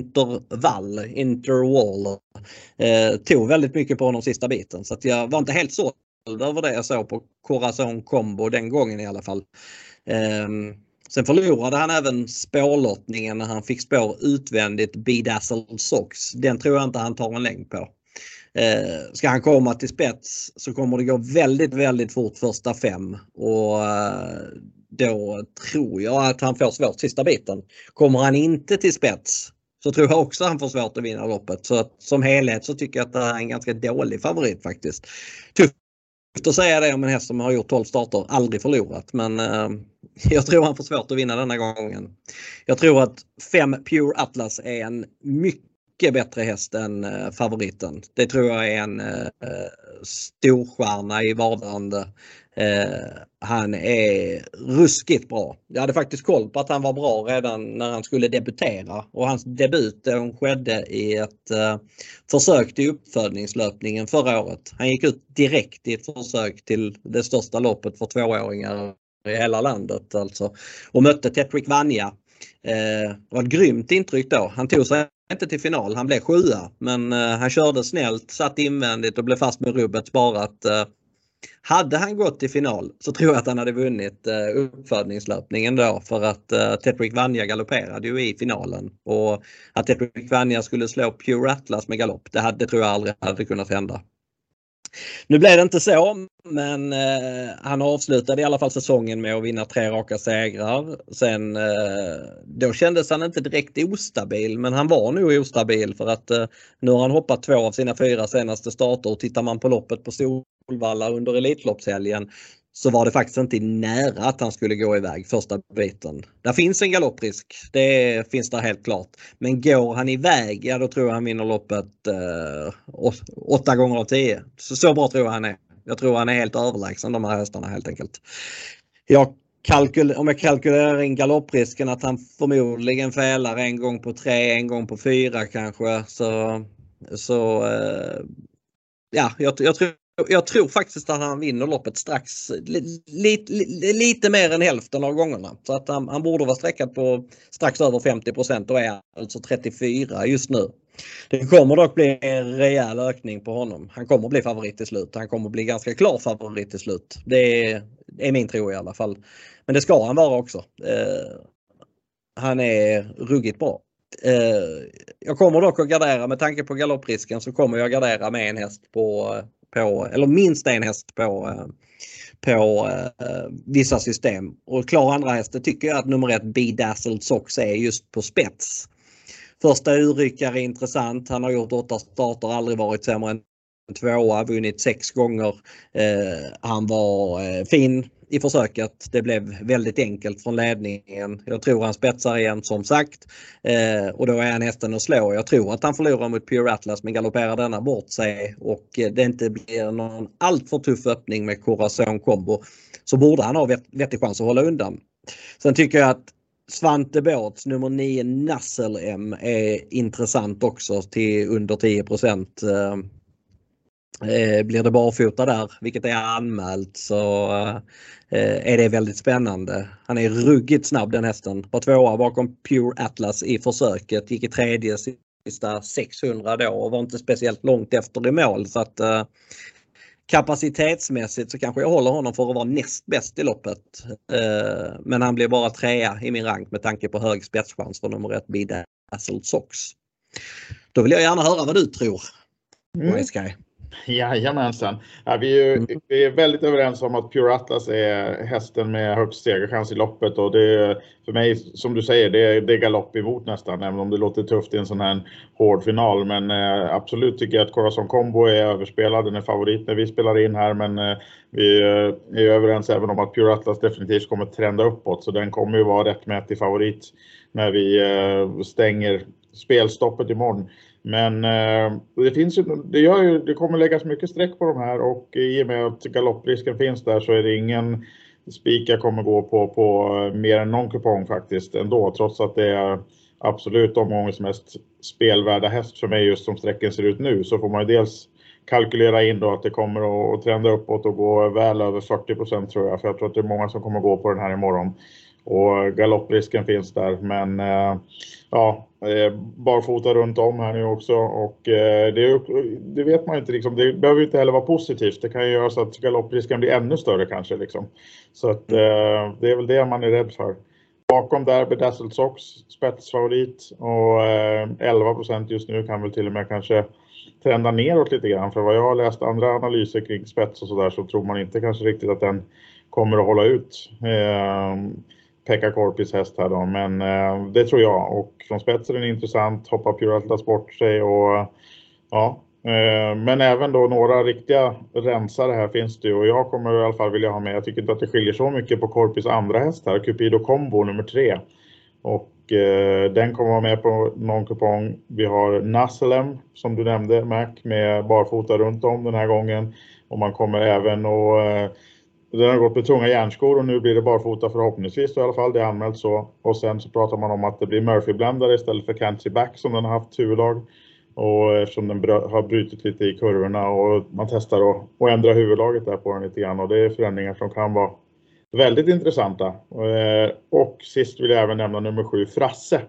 Interwall tog väldigt mycket på honom sista biten, så att jag var inte helt såld över det jag såg på Corazon Combo den gången i alla fall. Sen förlorade han även spårlottningen när han fick spår utvändigt Bedazzled Socks. Den tror jag inte han tar en längd på. Ska han komma till spets så kommer det gå väldigt, väldigt fort första 5 och då tror jag att han får svårt sista biten. Kommer han inte till spets så tror jag också han får svårt att vinna loppet. Så att, som helhet så tycker jag att det är en ganska dålig favorit faktiskt. Tufft att säga det om en häst som har gjort 12 starter, aldrig förlorat. Men jag tror han får svårt att vinna denna gången. Jag tror att 5 Pure Atlas är en mycket bättre häst än favoriten. Det tror jag är en storstjärna i vardande. Han är ruskigt bra. Jag hade faktiskt koll på att han var bra redan när han skulle debutera. Och hans debut skedde i ett försök till uppfödningslöpningen förra året. Han gick ut direkt i ett försök till det största loppet för 2-åringar i hela landet alltså. Och mötte Tetrick Vanja. Det var ett grymt intryck då. Han tog sig inte till final. Han blev 7:a. Men han körde snällt, satt invändigt och blev fast med rubbet sparat. Hade han gått till final så tror jag att han hade vunnit uppfödningslöpningen då, för att Tetrick Vanja galopperade ju i finalen, och att Tetrick Vanja skulle slå Pure Atlas med galopp, det tror jag aldrig hade kunnat hända. Nu blev det inte så, men han avslutade i alla fall säsongen med att vinna 3 raka segrar. Sen då kändes han inte direkt ostabil, men han var nog ostabil för att nu har han hoppat 2 av sina 4 senaste starter, och tittar man på loppet på Solvalla under Elitloppshelgen så var det faktiskt inte nära att han skulle gå iväg första biten. Där finns en galopprisk, det finns där helt klart. Men går han iväg, ja då tror jag han vinner loppet 8 gånger av 10. Så bra tror jag han är. Jag tror han är helt överlägsen de här hästarna helt enkelt. Om jag kalkylerar in galopprisken att han förmodligen fälar en gång på 3, en gång på 4 kanske. Jag tror faktiskt att han vinner loppet strax lite mer än hälften av gångerna. Så att han borde vara sträckad på strax över 50% och är alltså 34 just nu. Det kommer dock bli en rejäl ökning på honom. Han kommer bli favorit till slut. Han kommer bli ganska klar favorit till slut. Det är min tro i alla fall. Men det ska han vara också. Han är ruggigt bra. Jag kommer dock att gardera, med tanke på galopprisken så kommer jag gardera med en häst eller minst en häst på vissa system. Och klar andra hästar tycker jag att nummer 1 Bedazzled Socks är just på spets. Första urryckare är intressant. Han har gjort 8 starter, aldrig varit sämre än 2, vunnit 6 gånger. Han var fin i försöket. Det blev väldigt enkelt från ledningen. Jag tror han spetsar igen som sagt. Och då är han hästen att slå. Jag tror att han förlorar mot Pure Atlas, men galopperar denna bort sig och det inte blir någon alltför tuff öppning med Corazon Combo, så borde han ha vettig chans att hålla undan. Sen tycker jag att Svante Båths nummer 9 Nassel M är intressant också till under 10%. Blir det barfota där, vilket är anmält, så är det väldigt spännande. Han är ruggigt snabb den hästen. Var 2 bakom Pure Atlas i försöket. Gick i tredje sista 600 då och var inte speciellt långt efter i mål. Så att kapacitetsmässigt så kanske jag håller honom för att vara näst bäst i loppet. Men han blir bara 3 i min rank med tanke på hög spetschans för nummer 1 Bedazzled Socks. Då vill jag gärna höra vad du tror. Sky. Jajamensan. Ja, vi är väldigt överens om att Pure Atlas är hästen med högst segerchans i loppet, och det för mig, som du säger, det är galopp emot nästan, även om det låter tufft i en sån här hård final. Men absolut tycker jag att Corazon Combo är överspelad, den är favorit när vi spelar in här, men vi är överens även om att Pure Atlas definitivt kommer trenda uppåt, så den kommer ju vara rättmätig favorit när vi stänger spelstoppet imorgon. Men det kommer läggas mycket streck på de här, och i och med att galopprisken finns där så är det ingen spik jag kommer gå på mer än någon kupong faktiskt ändå, trots att det är absolut omgångens mest spelvärda häst för mig just som strecken ser ut nu. Så får man ju dels kalkylera in då att det kommer att trenda uppåt och gå väl över 40% tror jag, för jag tror att det är många som kommer gå på den här imorgon. Och galopprisken finns där, men barfota runt om här nu också, och det vet man inte liksom. Det behöver inte heller vara positivt. Det kan ju göra så att galopprisken blir ännu större kanske liksom. Så att det är väl det man är rädd för. Bakom där Bedazzled Sox, spetsfavorit, och 11% just nu, kan väl till och med kanske trenda neråt lite grann. För vad jag har läst andra analyser kring spets och sådär, så tror man inte kanske riktigt att den kommer att hålla ut Pekka Korpis häst här då. Men det tror jag, och från spetsen är den intressant, hoppar Pure Atlas bort sig, och ja. Men även då några riktiga rensare här finns det, och jag kommer i alla fall vilja ha med. Jag tycker inte att det skiljer så mycket på Korpis andra häst här, Cupido Combo nummer 3. Och den kommer vara med på någon kupong. Vi har Naselem som du nämnde, Mac, med barfota runt om den här gången. Och man kommer även och den har gått med tunga järnskor, och nu blir det barfota förhoppningsvis i alla fall, det är anmält så. Och sen så pratar man om att det blir Murphy-bländare istället för Canty Back som den har haft huvudlag. Och eftersom den har brutit lite i kurvorna, och man testar att ändra huvudlaget där på den lite grann. Och det är förändringar som kan vara väldigt intressanta. Och sist vill jag även nämna nummer 7, Frasse.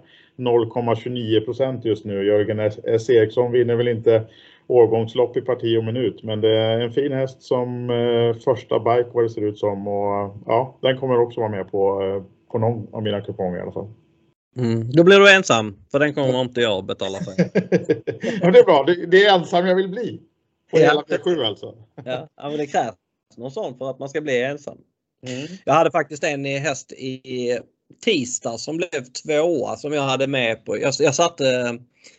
0,29% just nu. Jörgen S. Eriksson vinner väl inte årgångslopp i parti och minut. Men det är en fin häst som första bike vad det ser ut som. Och ja, den kommer också vara med på någon av mina kuponger i alla fall. Då blir du ensam, för den kommer inte jag betala för. Ja, det är bra. Det är ensam jag vill bli. På hela P7 alltså. Ja, men det krävs någon sån för att man ska bli ensam. Jag hade faktiskt en häst i tisdag som blev 2 som jag hade med på. Jag satte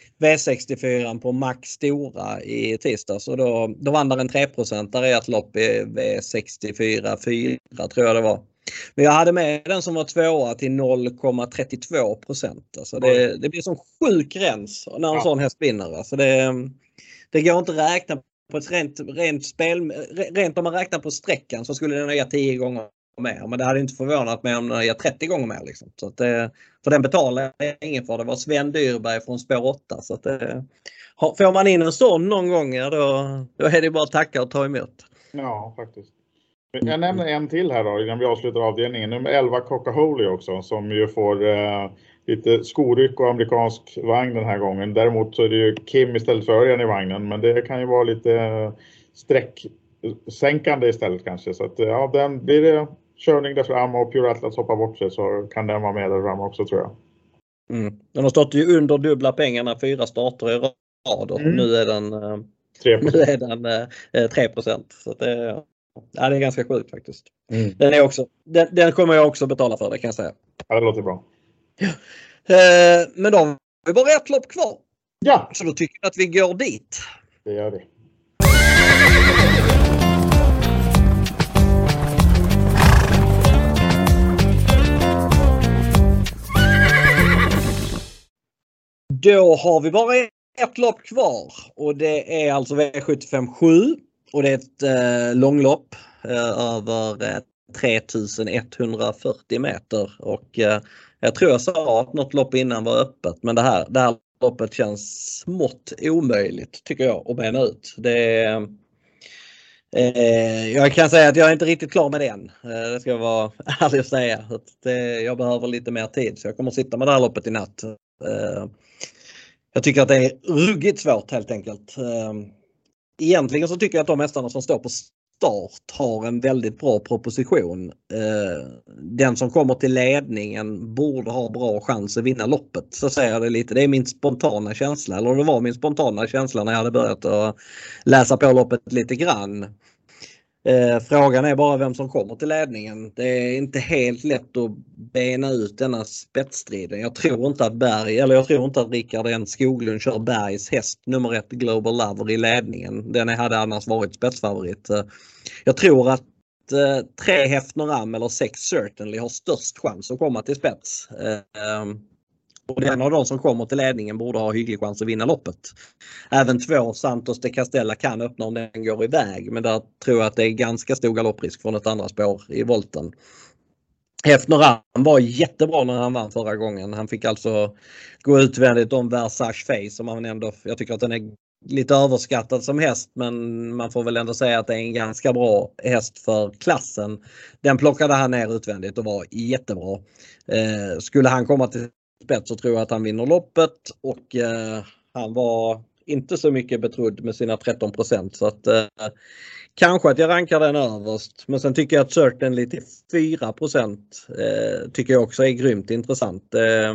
V64 på Max Stora i tisdag, så då vann där en 3% där i ett lopp i V64 4 tror jag det var. Men jag hade med den som var 2 till 0,32%. Alltså det blir som sjuk gräns när en sån häst vinner. Alltså det går inte att räkna på ett rent spel. Rent om man räknar på sträckan så skulle den ha gett 10 gånger mer. Men det hade inte förvånat mig om den hade gett 30 gånger mer. Liksom. Så att för den betalar ingen för. Det var Sven Dyrberg från spår 8. Så att får man in en sån någon gång, då är det bara att tacka och ta emot. Ja, faktiskt. Jag nämner en till här då innan vi avslutar avdelningen. Nummer 11 Coca-Cola också, som ju får lite skoryck och amerikansk vagn den här gången. Däremot så är det ju Kim istället för Örjan i vagnen, men det kan ju vara lite sträcksänkande istället kanske. Så att ja, den blir det körning där fram och Pure Atlas hoppar bort sig, så kan den vara med där fram också tror jag. Den har stått ju under dubbla pengarna 4 starter i rad, och nu är den 3%. Så det ja, det är ganska sjukt faktiskt. Den kommer jag också betala för, det kan jag säga. Ja, det låter bra. Men då har vi bara ett lopp kvar. Ja. Så då tycker jag att vi går dit. Det gör vi. Då har vi bara ett lopp kvar, och det är alltså V75 7. Och det är ett långlopp över 3140 meter. Och jag tror jag sa att något lopp innan var öppet. Men det här loppet känns smått omöjligt tycker jag att bena ut. Jag kan säga att jag är inte riktigt klar med den. Det ska jag vara ärlig att säga. Jag behöver lite mer tid, så jag kommer att sitta med det här loppet i natt. Jag tycker att det är ruggigt svårt helt enkelt. Egentligen så tycker jag att de hästarna som står på start har en väldigt bra proposition. Den som kommer till ledningen borde ha bra chans att vinna loppet. Så säger jag det lite. Det är min spontana känsla. Eller det var min spontana känsla när jag hade börjat att läsa på loppet lite grann. Frågan är bara vem som kommer till ledningen. Det är inte helt lätt att bena ut denna spetsstriden. Jag tror inte att Rickard N. Skoglund kör Bergs häst nummer 1 Global Lover i ledningen. Den hade annars varit spetsfavorit. Jag tror att 3 Hefner Ram eller 6 Certainly har störst chans att komma till spets. Och den av de som kommer till ledningen borde ha hygglig chans att vinna loppet. Även 2 Santos de Castella kan öppna om den går iväg. Men där tror jag att det är ganska stor galopprisk från ett andra spår i volten. Hefner Ram var jättebra när han vann förra gången. Han fick alltså gå utvändigt om Versace Face, som man ändå, jag tycker att den är lite överskattad som häst, men man får väl ändå säga att det är en ganska bra häst för klassen. Den plockade han ner utvändigt och var jättebra. Skulle han komma till spets så tror jag att han vinner loppet, och han var inte så mycket betrodd med sina 13%, så att kanske att jag rankar den överst. Men sen tycker jag att Certainly till 4% tycker jag också är grymt intressant.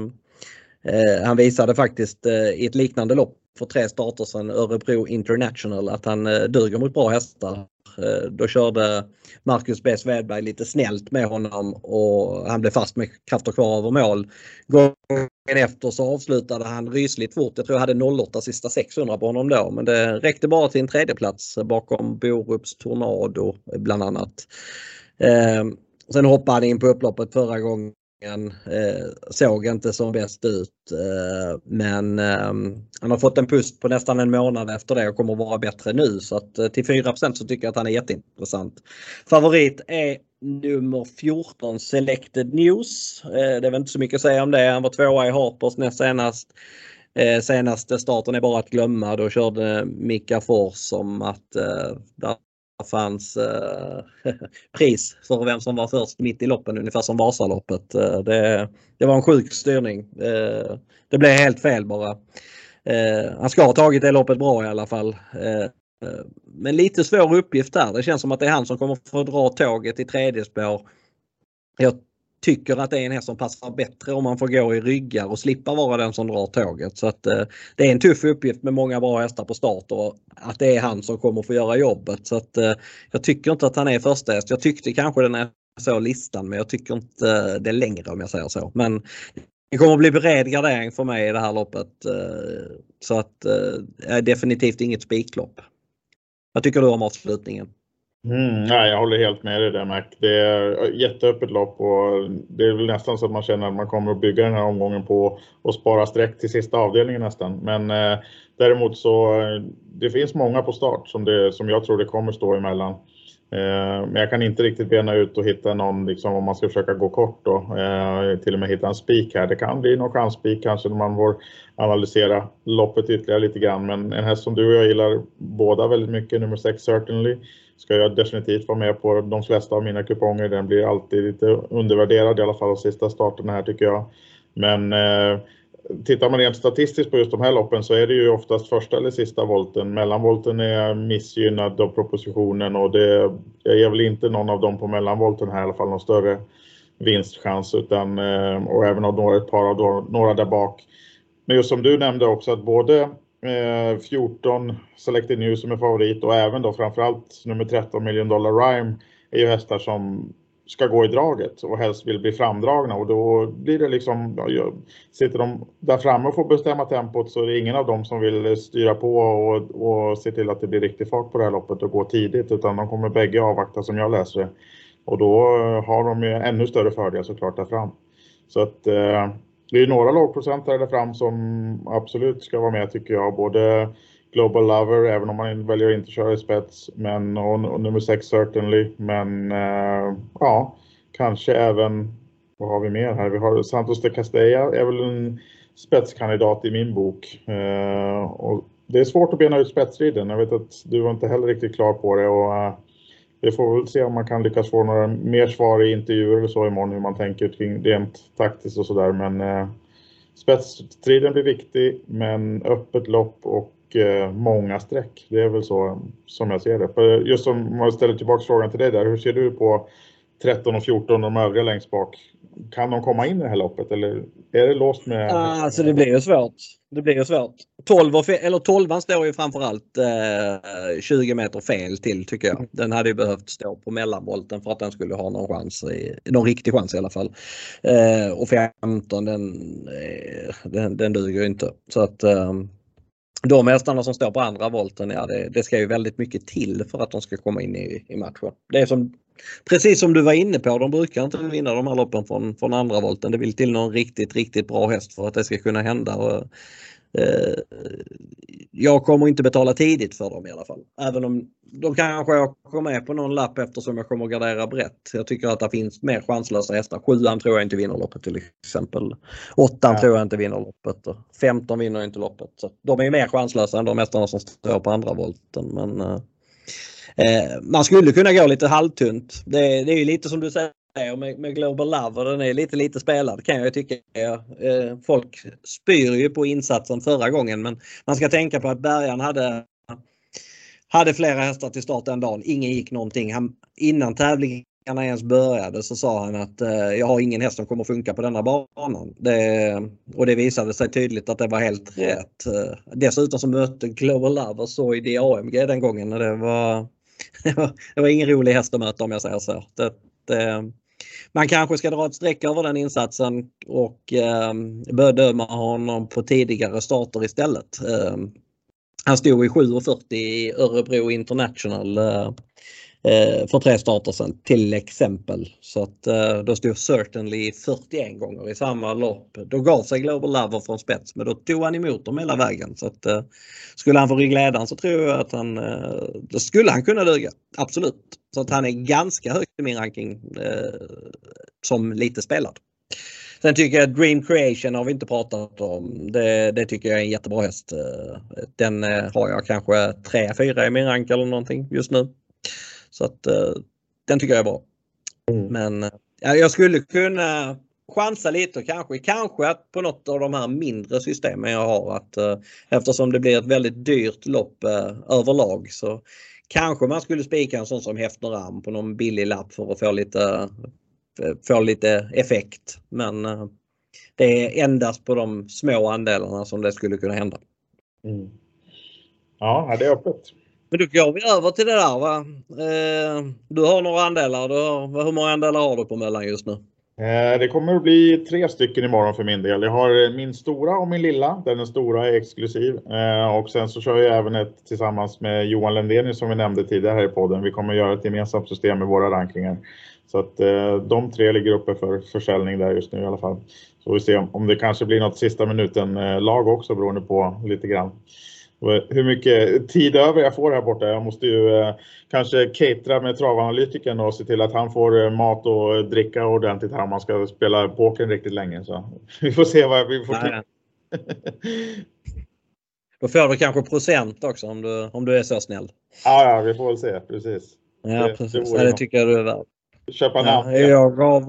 Han visade faktiskt i ett liknande lopp för 3 starter sedan, Örebro International, att han duger mot bra hästar. Då körde Marcus B. Svedberg lite snällt med honom och han blev fast med krafter kvar över mål. Gången efter så avslutade han rysligt fort. Jag tror jag hade 08 sista 600 på honom då, men det räckte bara till en tredjeplats bakom Borups Tornado bland annat. Sen hoppade han in på upploppet förra gången. Såg inte som bäst ut, men han har fått en pust på nästan en månad efter det och kommer att vara bättre nu, så att till 4% så tycker jag att han är jätteintressant. Favorit är nummer 14 Selected News. Det är väl inte så mycket att säga om det. Han var 2:a i Harpers näst senast. Senaste starten är bara att glömma. Då körde Mika Fors som att där fanns pris för vem som var först mitt i loppen, ungefär som Vasaloppet. Det var en sjuk styrning. Det blev helt fel bara. Han ska ha tagit det loppet bra i alla fall. Men lite svår uppgift där. Det känns som att det är han som kommer få dra tåget i tredje spår. Jag tycker att det är en häst som passar bättre om man får gå i ryggar och slippa vara den som drar tåget. Så att det är en tuff uppgift med många bra hästar på start och att det är han som kommer få göra jobbet. Så att jag tycker inte att han är första häst. Jag tyckte kanske den är så listan, men jag tycker inte det är längre om jag säger så. Men det kommer att bli bred gardering för mig i det här loppet. Så att definitivt inget spiklopp. Vad tycker du om avslutningen? Nej, jag håller helt med dig där, Mac. Det är jätteöppet lopp och det är väl nästan så att man känner att man kommer att bygga den här omgången på och spara sträck till sista avdelningen nästan. Men däremot så det finns många på start som jag tror det kommer stå emellan. Men jag kan inte riktigt bena ut och hitta någon liksom, om man ska försöka gå kort då. Till och med hitta en spik här. Det kan bli någon chansspik kanske när man får analysera loppet ytterligare lite grann. Men en häst som du och jag gillar båda väldigt mycket, nummer 6 Certainly, ska jag definitivt vara med på de flesta av mina kuponger. Den blir alltid lite undervärderad i alla fall de sista starten här tycker jag. Men tittar man rent statistiskt på just de här loppen så är det ju oftast första eller sista volten. Mellanvolten är missgynnad av propositionen och det är väl inte någon av dem på mellanvolten här i alla fall någon större vinstchans, utan och även av ett par av några där bak. Men just som du nämnde också att både 14 Selected News som är favorit och även då framförallt nummer 13 Million Dollar Rhyme är ju hästar som ska gå i draget och helst vill bli framdragna, och då blir det liksom, sitter de där framme och får bestämma tempot så är det ingen av dem som vill styra på och se till att det blir riktig fart på det här loppet och gå tidigt, utan de kommer bägge avvakta som jag läser det, och då har de ju ännu större fördel såklart där fram. Så att det är några lågprocentare där fram som absolut ska vara med tycker jag, både Global Lover, även om man väljer att inte köra i spets, men och nummer 6 Certainly, men ja, kanske även, vad har vi mer här? Vi har Santos de Castella, är väl en spetskandidat i min bok. Och det är svårt att bena ut spetsriden. Jag vet att du var inte heller riktigt klar på det, och vi får väl se om man kan lyckas få några mer svar i intervjuer eller så imorgon, hur man tänker kring rent taktiskt och sådär. Men spetsstriden blir viktig, men öppet lopp och många streck. Det är väl så som jag ser det. För just som man ställer tillbaka frågan till dig där, hur ser du på 13 och 14 de övriga längst bak? Kan de komma in i det här loppet eller är det låst med? Alltså det blir ju svårt. Det blir ju svårt. 12 står ju framförallt 20 meter fel till tycker jag. Den hade ju behövt stå på mellanvolten för att den skulle ha någon chans, någon riktig chans i alla fall. Och 15 den duger ju inte. Så att de hästarna som står på andra volten, ja, det ska ju väldigt mycket till för att de ska komma in i matchen. Det är precis som du var inne på, de brukar inte vinna de här loppen från andra volten. Det vill till någon riktigt bra häst för att det ska kunna hända. Och, jag kommer inte betala tidigt för dem i alla fall. Även om de kanske åker med på någon lapp eftersom jag kommer att gardera brett. Jag tycker att det finns mer chanslösa hästar. 7an tror jag inte vinner loppet till exempel. 8an tror jag inte vinner loppet. 15 vinner inte loppet. Så de är mer chanslösa än de hästarna som står på andra volten. Men man skulle kunna gå lite halvtunt. Det är ju lite som du säger med Global Lover, den är lite spelad kan jag tycka. Folk spyr ju på insatsen förra gången, men man ska tänka på att Bergan hade flera hästar till start den dagen. Ingen gick någonting. Innan tävlingarna ens började så sa han att jag har ingen häst som kommer funka på denna banan. Och det visade sig tydligt att det var helt rätt. Dessutom så mötte Global Love och så i det AMG den gången. Det var ingen rolig häst att möta, om jag säger så. Man kanske ska dra ett streck över den insatsen och bedöma honom på tidigare starter istället. Han stod i 7:40 i Örebro International för 3 starter sedan till exempel. Så att då stod Certainly 41 gånger i samma lopp. Då gav sig Global Lover från spets, men då tog han emot dem hela vägen. Så att skulle han få ryggledaren så tror jag att då skulle han kunna duga. Absolut. Så att han är ganska högt i min ranking som lite spelad. Sen tycker jag Dream Creation har vi inte pratat om. Det tycker jag är en jättebra häst. Den har jag kanske 3-4 i min rank eller någonting just nu. Så att den tycker jag är bra. Men jag skulle kunna chansa lite och kanske att på något av de här mindre systemen jag har att eftersom det blir ett väldigt dyrt lopp överlag så kanske man skulle spika en sån som Häftneram på någon billig lapp för att få lite effekt. Men det är endast på de små andelarna som det skulle kunna hända. Ja, det är öppet. Men då går vi över till det där, va? Du har några andelar. Hur många andelar har du på Möllan just nu? Det kommer att bli 3 stycken imorgon för min del. Jag har min stora och min lilla. Den stora är exklusiv. Och sen så kör jag även ett tillsammans med Johan Lendenius som vi nämnde tidigare här i podden. Vi kommer att göra ett gemensamt system med våra rankingar. Så att de 3 ligger uppe för försäljning där just nu i alla fall. Så vi ser om det kanske blir något sista minuten lag också beroende på lite grann. Hur mycket tid över jag får här borta. Jag måste ju kanske catera med travanalytiken och se till att han får mat och dricka ordentligt här om man ska spela poker riktigt länge. Så vi får se vad vi får till. Då får du kanske procent också om du är så snäll. Ja, vi får väl se. Precis. Ja, precis. Det tycker jag du är värd. Köpa namn. Jag gav...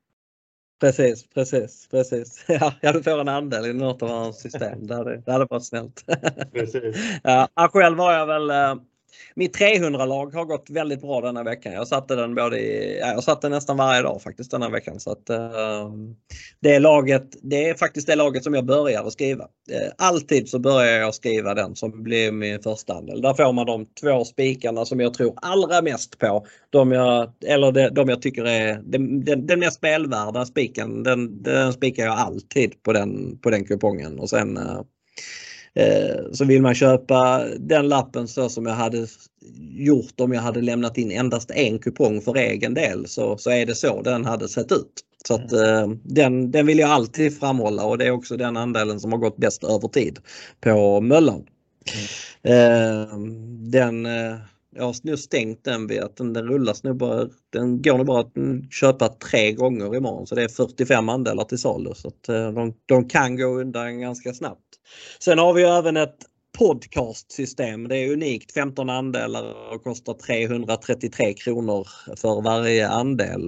Precis. Ja, du får en andel i något av hans system. Det hade varit snällt. Precis. Ja, själv var jag väl... Mitt 300-lag har gått väldigt bra denna veckan. Jag satte den jag satte nästan varje dag faktiskt denna veckan. Så att det är faktiskt det laget som jag börjar att skriva. Alltid så börjar jag skriva den som blir min första andel. Där får man de 2 spikarna som jag tror allra mest på. De jag tycker är den mest spelvärda spiken. Den spikar jag alltid på den kupongen. Och sen... så vill man köpa den lappen så som jag hade gjort om jag hade lämnat in endast en kupong för egen del så är det så den hade sett ut. Så att den vill jag alltid framhålla och det är också den andelen som har gått bäst över tid på Möllan. Jag har nu stängt den vid att den rullas nu bara, den går nu bara att köpa 3 gånger imorgon så det är 45 andelar till salu så att de kan gå undan ganska snabbt. Sen har vi även ett podcastsystem. Det är unikt, 15 andelar och kostar 333 kronor för varje andel.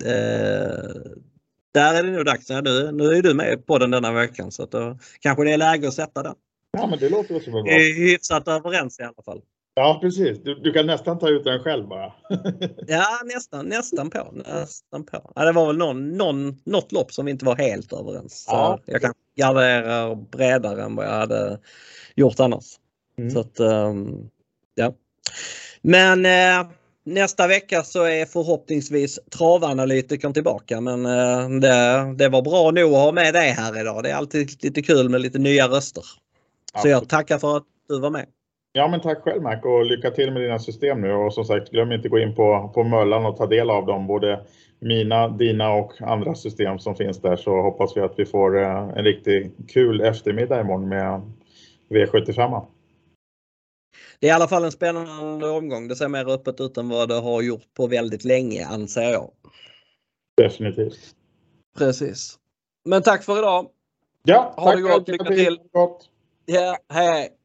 Där är det nu dags. Nu är du med på den denna veckan så att då kanske det är läge att sätta den. Ja, men det låter som bra. Vi är hyfsat överens i alla fall. Ja, precis. Du kan nästan ta ut den själv bara. Ja, nästan på. Ja, det var väl något lopp som vi inte var helt överens. Så ja. Jag kan gardera bredare än vad jag hade gjort annars. Så att, ja. Men nästa vecka så är förhoppningsvis travanalytikern tillbaka. Men det var bra nog att ha med dig här idag. Det är alltid lite kul med lite nya röster. Så jag tackar för att du var med. Ja, men tack själv Mac och lycka till med dina system nu och som sagt glöm inte gå in på Möllan och ta del av dem, både mina, dina och andra system som finns där, så hoppas vi att vi får en riktigt kul eftermiddag imorgon med V75. Det är i alla fall en spännande omgång. Det ser mer öppet ut än vad det har gjort på väldigt länge, anser jag. Definitivt. Precis. Men tack för idag. Ja, ha det gott, lycka till. Gott. Ja, hej.